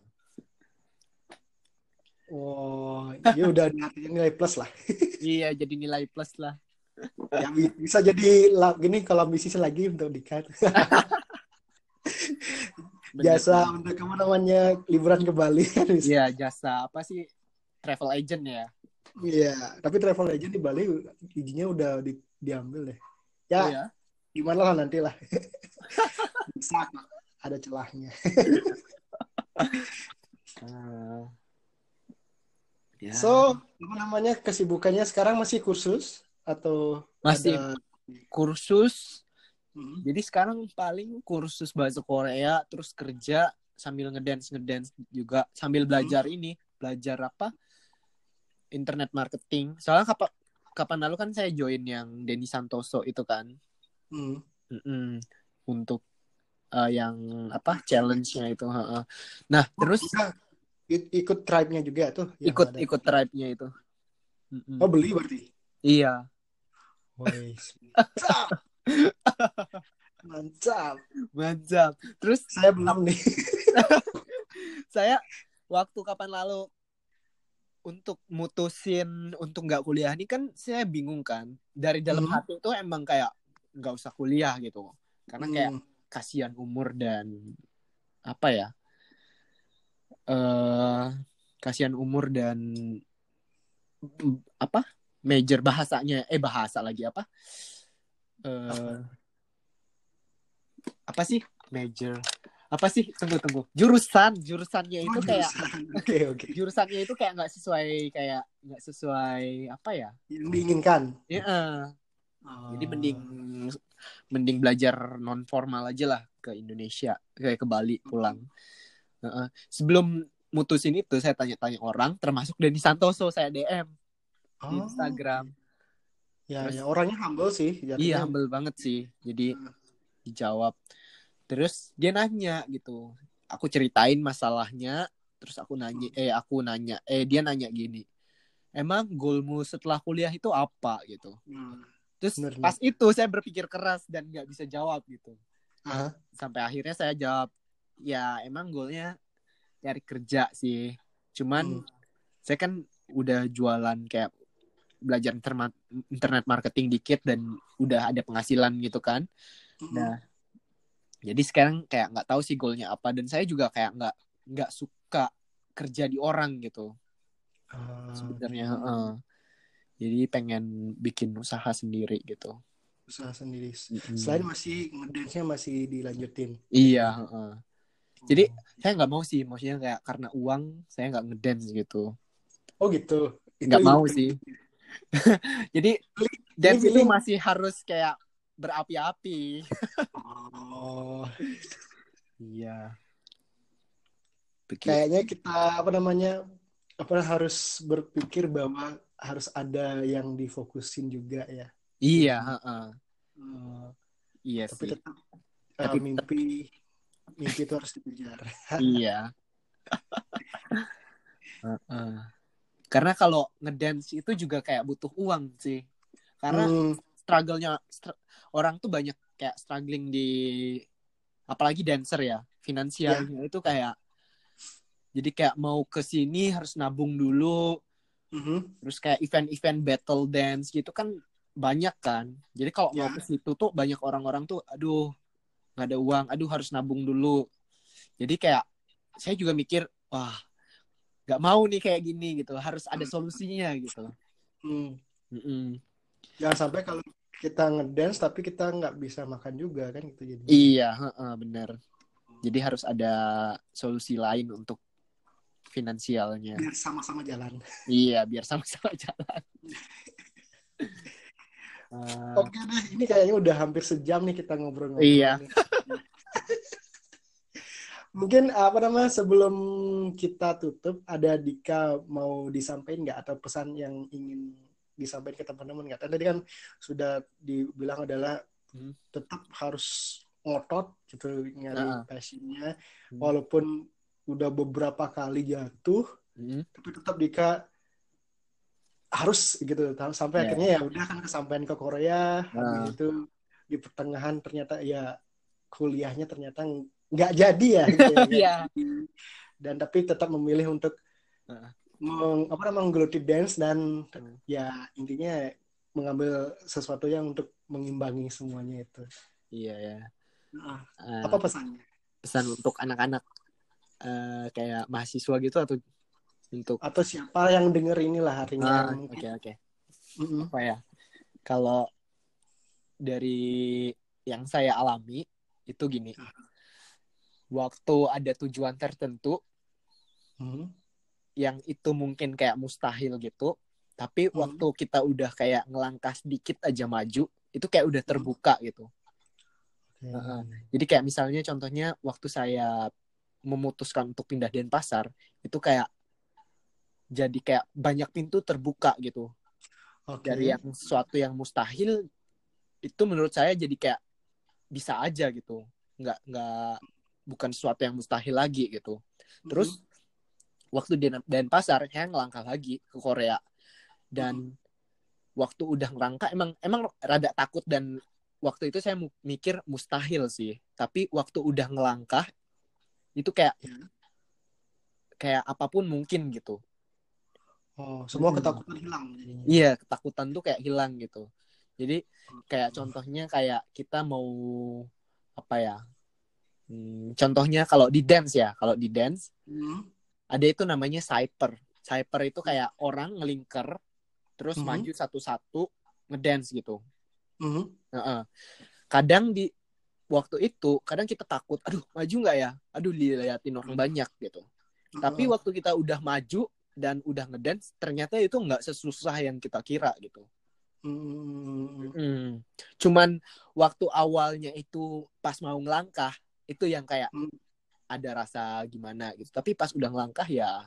oh, ya udah nilai plus lah. Iya, jadi nilai plus lah. Ya bisa jadi gini kalau bisnis lagi untuk Dika. Bener, Jasa bener. untuk kamu namanya liburan ke Bali kan bisa. Iya, jasa apa sih, travel agent ya? Iya, tapi travel agent di Bali izinnya udah diambil deh. Oh Ya, ya. gimana lah nanti lah. Bisa kok, ada celahnya. Uh, ya. So, apa namanya kesibukannya sekarang masih kursus atau Masih ada kursus. Hmm. Jadi sekarang paling kursus bahasa Korea, terus kerja sambil ngedance juga, sambil belajar belajar apa? Internet marketing. Soalnya kapan lalu kan saya join yang Denny Santoso itu kan. Hmm. Untuk yang apa challenge-nya itu. Nah, terus Udah ikut tribe-nya juga tuh yang ikut ada. ikut tribe-nya itu. Oh, beli berarti. Iya. Wes. Mantap. Mantap. Terus Saya belum nih. saya waktu kapan lalu untuk mutusin untuk nggak kuliah ini kan saya bingung kan. Dari dalam hati itu emang kayak nggak usah kuliah gitu. Karena kayak kasihan umur dan apa ya? Kasihan umur dan apa? Major bahasanya bahasa lagi apa? Apa sih major? Apa sih? Tunggu. Jurusannya itu kayak Oke. jurusannya itu kayak nggak sesuai apa ya? Yang diinginkan. Ya, jadi mending belajar non formal aja lah ke Indonesia, kayak ke Bali pulang. Sebelum mutusin itu saya tanya-tanya orang, termasuk Denny Santoso, saya DM di Instagram. Ya, Terus, ya orangnya humble sih. iya Jatuhnya. humble banget sih. Jadi dijawab. Terus dia nanya gitu. Aku ceritain masalahnya. Terus dia nanya gini. Emang goalmu setelah kuliah itu apa gitu? Terus Bener. pas itu saya berpikir keras dan nggak bisa jawab gitu. Sampai akhirnya saya jawab, ya emang goalnya cari kerja sih. Cuman saya kan udah jualan kayak belajar internet marketing dikit dan udah ada penghasilan gitu kan. Nah, jadi sekarang kayak nggak tahu sih goalnya apa, dan saya juga kayak nggak suka kerja di orang gitu sebenarnya. Jadi pengen bikin usaha sendiri gitu. Usaha sendiri. Selain masih ngedance-nya masih dilanjutin. Iya. Jadi saya nggak mau sih, maksudnya kayak karena uang saya nggak ngedance gitu. Oh gitu. Nggak mau sih. Jadi dance itu feeling. masih harus kayak berapi-api. Oh. Iya. Kayaknya kita harus berpikir bahwa harus ada yang difokusin juga ya. Iya. Iya Tapi sih. tetap mimpi itu harus dikejar. Iya. Karena kalau ngedance itu juga kayak butuh uang sih. Karena struggle-nya orang tuh banyak kayak struggling di, apalagi dancer ya, finansialnya itu kayak, jadi kayak mau ke sini harus nabung dulu. Terus kayak event-event battle dance gitu kan banyak kan. Jadi kalau mau ke situ tuh banyak orang-orang tuh aduh nggak ada uang, aduh harus nabung dulu. Jadi kayak saya juga mikir, wah nggak mau nih kayak gini gitu, harus ada solusinya gitu. Jangan sampai kalau kita ngedance tapi kita nggak bisa makan juga kan gitu jadi. Iya, benar. Jadi harus ada solusi lain untuk finansialnya. Biar sama-sama jalan. Iya, biar sama-sama jalan. Eh, Oke deh, ini kayaknya udah hampir sejam nih kita ngobrol-ngobrol iya. nih. Mungkin apa namanya sebelum kita tutup, ada Dika mau disampaikan nggak atau pesan yang ingin disampaikan ke teman-teman nggak? Tadi kan sudah dibilang adalah Hmm. tetap harus ngotot gitu nyari Heeh. passionnya, Hmm. walaupun udah beberapa kali jatuh, Hmm. tapi tetap Dika harus gitu sampai Ya. akhirnya ya udah kan kesampaian ke Korea, habis Nah, itu di pertengahan ternyata ya kuliahnya ternyata nggak jadi ya gitu ya nggak iya. jadi. Dan tapi tetap memilih untuk Heeh. apa namanya menggeluti dance dan Hmm. ya intinya mengambil sesuatu yang untuk mengimbangi semuanya itu. Iya ya. Nah, apa Eh, pesannya? pesan untuk anak-anak kayak mahasiswa gitu atau untuk Atau siapa yang denger inilah harinya yang mungkin oke oke. mm-mm. Apa ya? Kalau dari yang saya alami itu gini, waktu ada tujuan tertentu Mm-mm. yang itu mungkin kayak mustahil gitu, tapi Mm-mm. waktu kita udah kayak ngelangkah sedikit aja maju, itu kayak udah Mm-mm. terbuka gitu. Heeh. Oke. Jadi kayak misalnya contohnya waktu saya memutuskan untuk pindah Denpasar, itu kayak jadi kayak banyak pintu terbuka gitu. Dari Oke. yang sesuatu yang mustahil itu menurut saya jadi kayak bisa aja gitu. Nggak bukan sesuatu yang mustahil lagi gitu. Mm-mm. Terus waktu di Denpasar saya ngelangkah lagi ke Korea Mm-mm. dan waktu udah ngelangkah emang rada takut dan waktu itu saya mikir mustahil sih. Tapi waktu udah ngelangkah itu kayak Ya. kayak apapun mungkin gitu. Oh, semua ketakutan hilang jadinya. Iya, ketakutan tuh kayak hilang gitu. Jadi kayak contohnya kayak kita mau apa ya? Contohnya kalau di dance ya, kalau di dance Mm-mm. ada itu namanya cyper. Cyper itu kayak orang ngelingker terus Mm-mm. maju satu-satu ngedance gitu. Mm-mm. Heeh. Kadang di waktu itu kadang kita takut, aduh maju nggak ya? Aduh diliatin orang banyak gitu. Tapi Mm-mm. waktu kita udah maju dan udah ngedance, ternyata itu nggak sesusah yang kita kira gitu. Mm-mm. Cuman waktu awalnya itu pas mau ngelangkah, itu yang kayak ada rasa gimana gitu. Tapi pas udah ngelangkah ya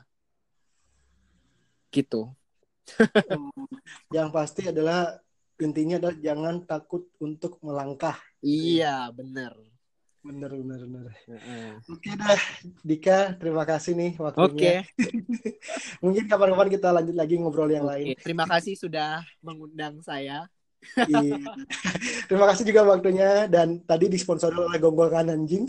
gitu. Oh, yang pasti adalah intinya adalah jangan takut untuk melangkah. Gitu ya. Iya, bener. Bener, bener, bener. Heeh. Oke dah, Dika, terima kasih nih waktunya. Oke, Mungkin kapan-kapan kita lanjut lagi ngobrol yang lain. oke. Terima kasih sudah mengundang saya. Iya. Terima kasih juga waktunya dan tadi disponsori oleh Gonggongan Anjing.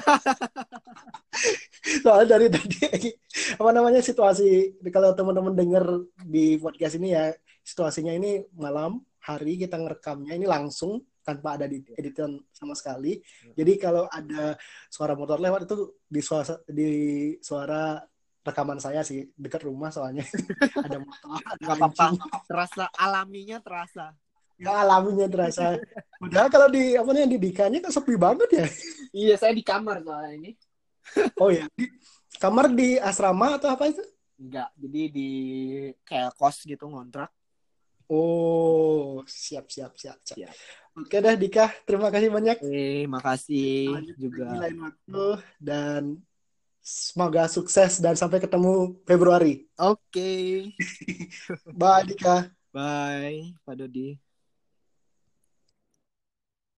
Soalnya dari tadi apa namanya situasi kalau teman-teman dengar di podcast ini ya situasinya ini malam hari kita ngerekamnya ini langsung tanpa ada di editan sama sekali. Jadi kalau ada suara motor lewat itu di suara rekaman saya sih dekat rumah soalnya ada motor, ada Gak apa-apa. anjing. Terasa alaminya terasa. Ya alaminya terasa. Padahal kalau di apa namanya di Dikanya kan sepi banget ya. Iya, saya di kamar soalnya ini. Oh ya, di kamar di asrama atau apa itu? Enggak, jadi di kayak kos gitu ngontrak. Oh, siap, siap, siap, siap. Siap. Oke dah, Dika. Terima kasih banyak. Makasih Lanjut juga. lagi lain waktu. Dan semoga sukses dan sampai ketemu Februari. Oke. Bye, Dika. Bye, Pak Dodi.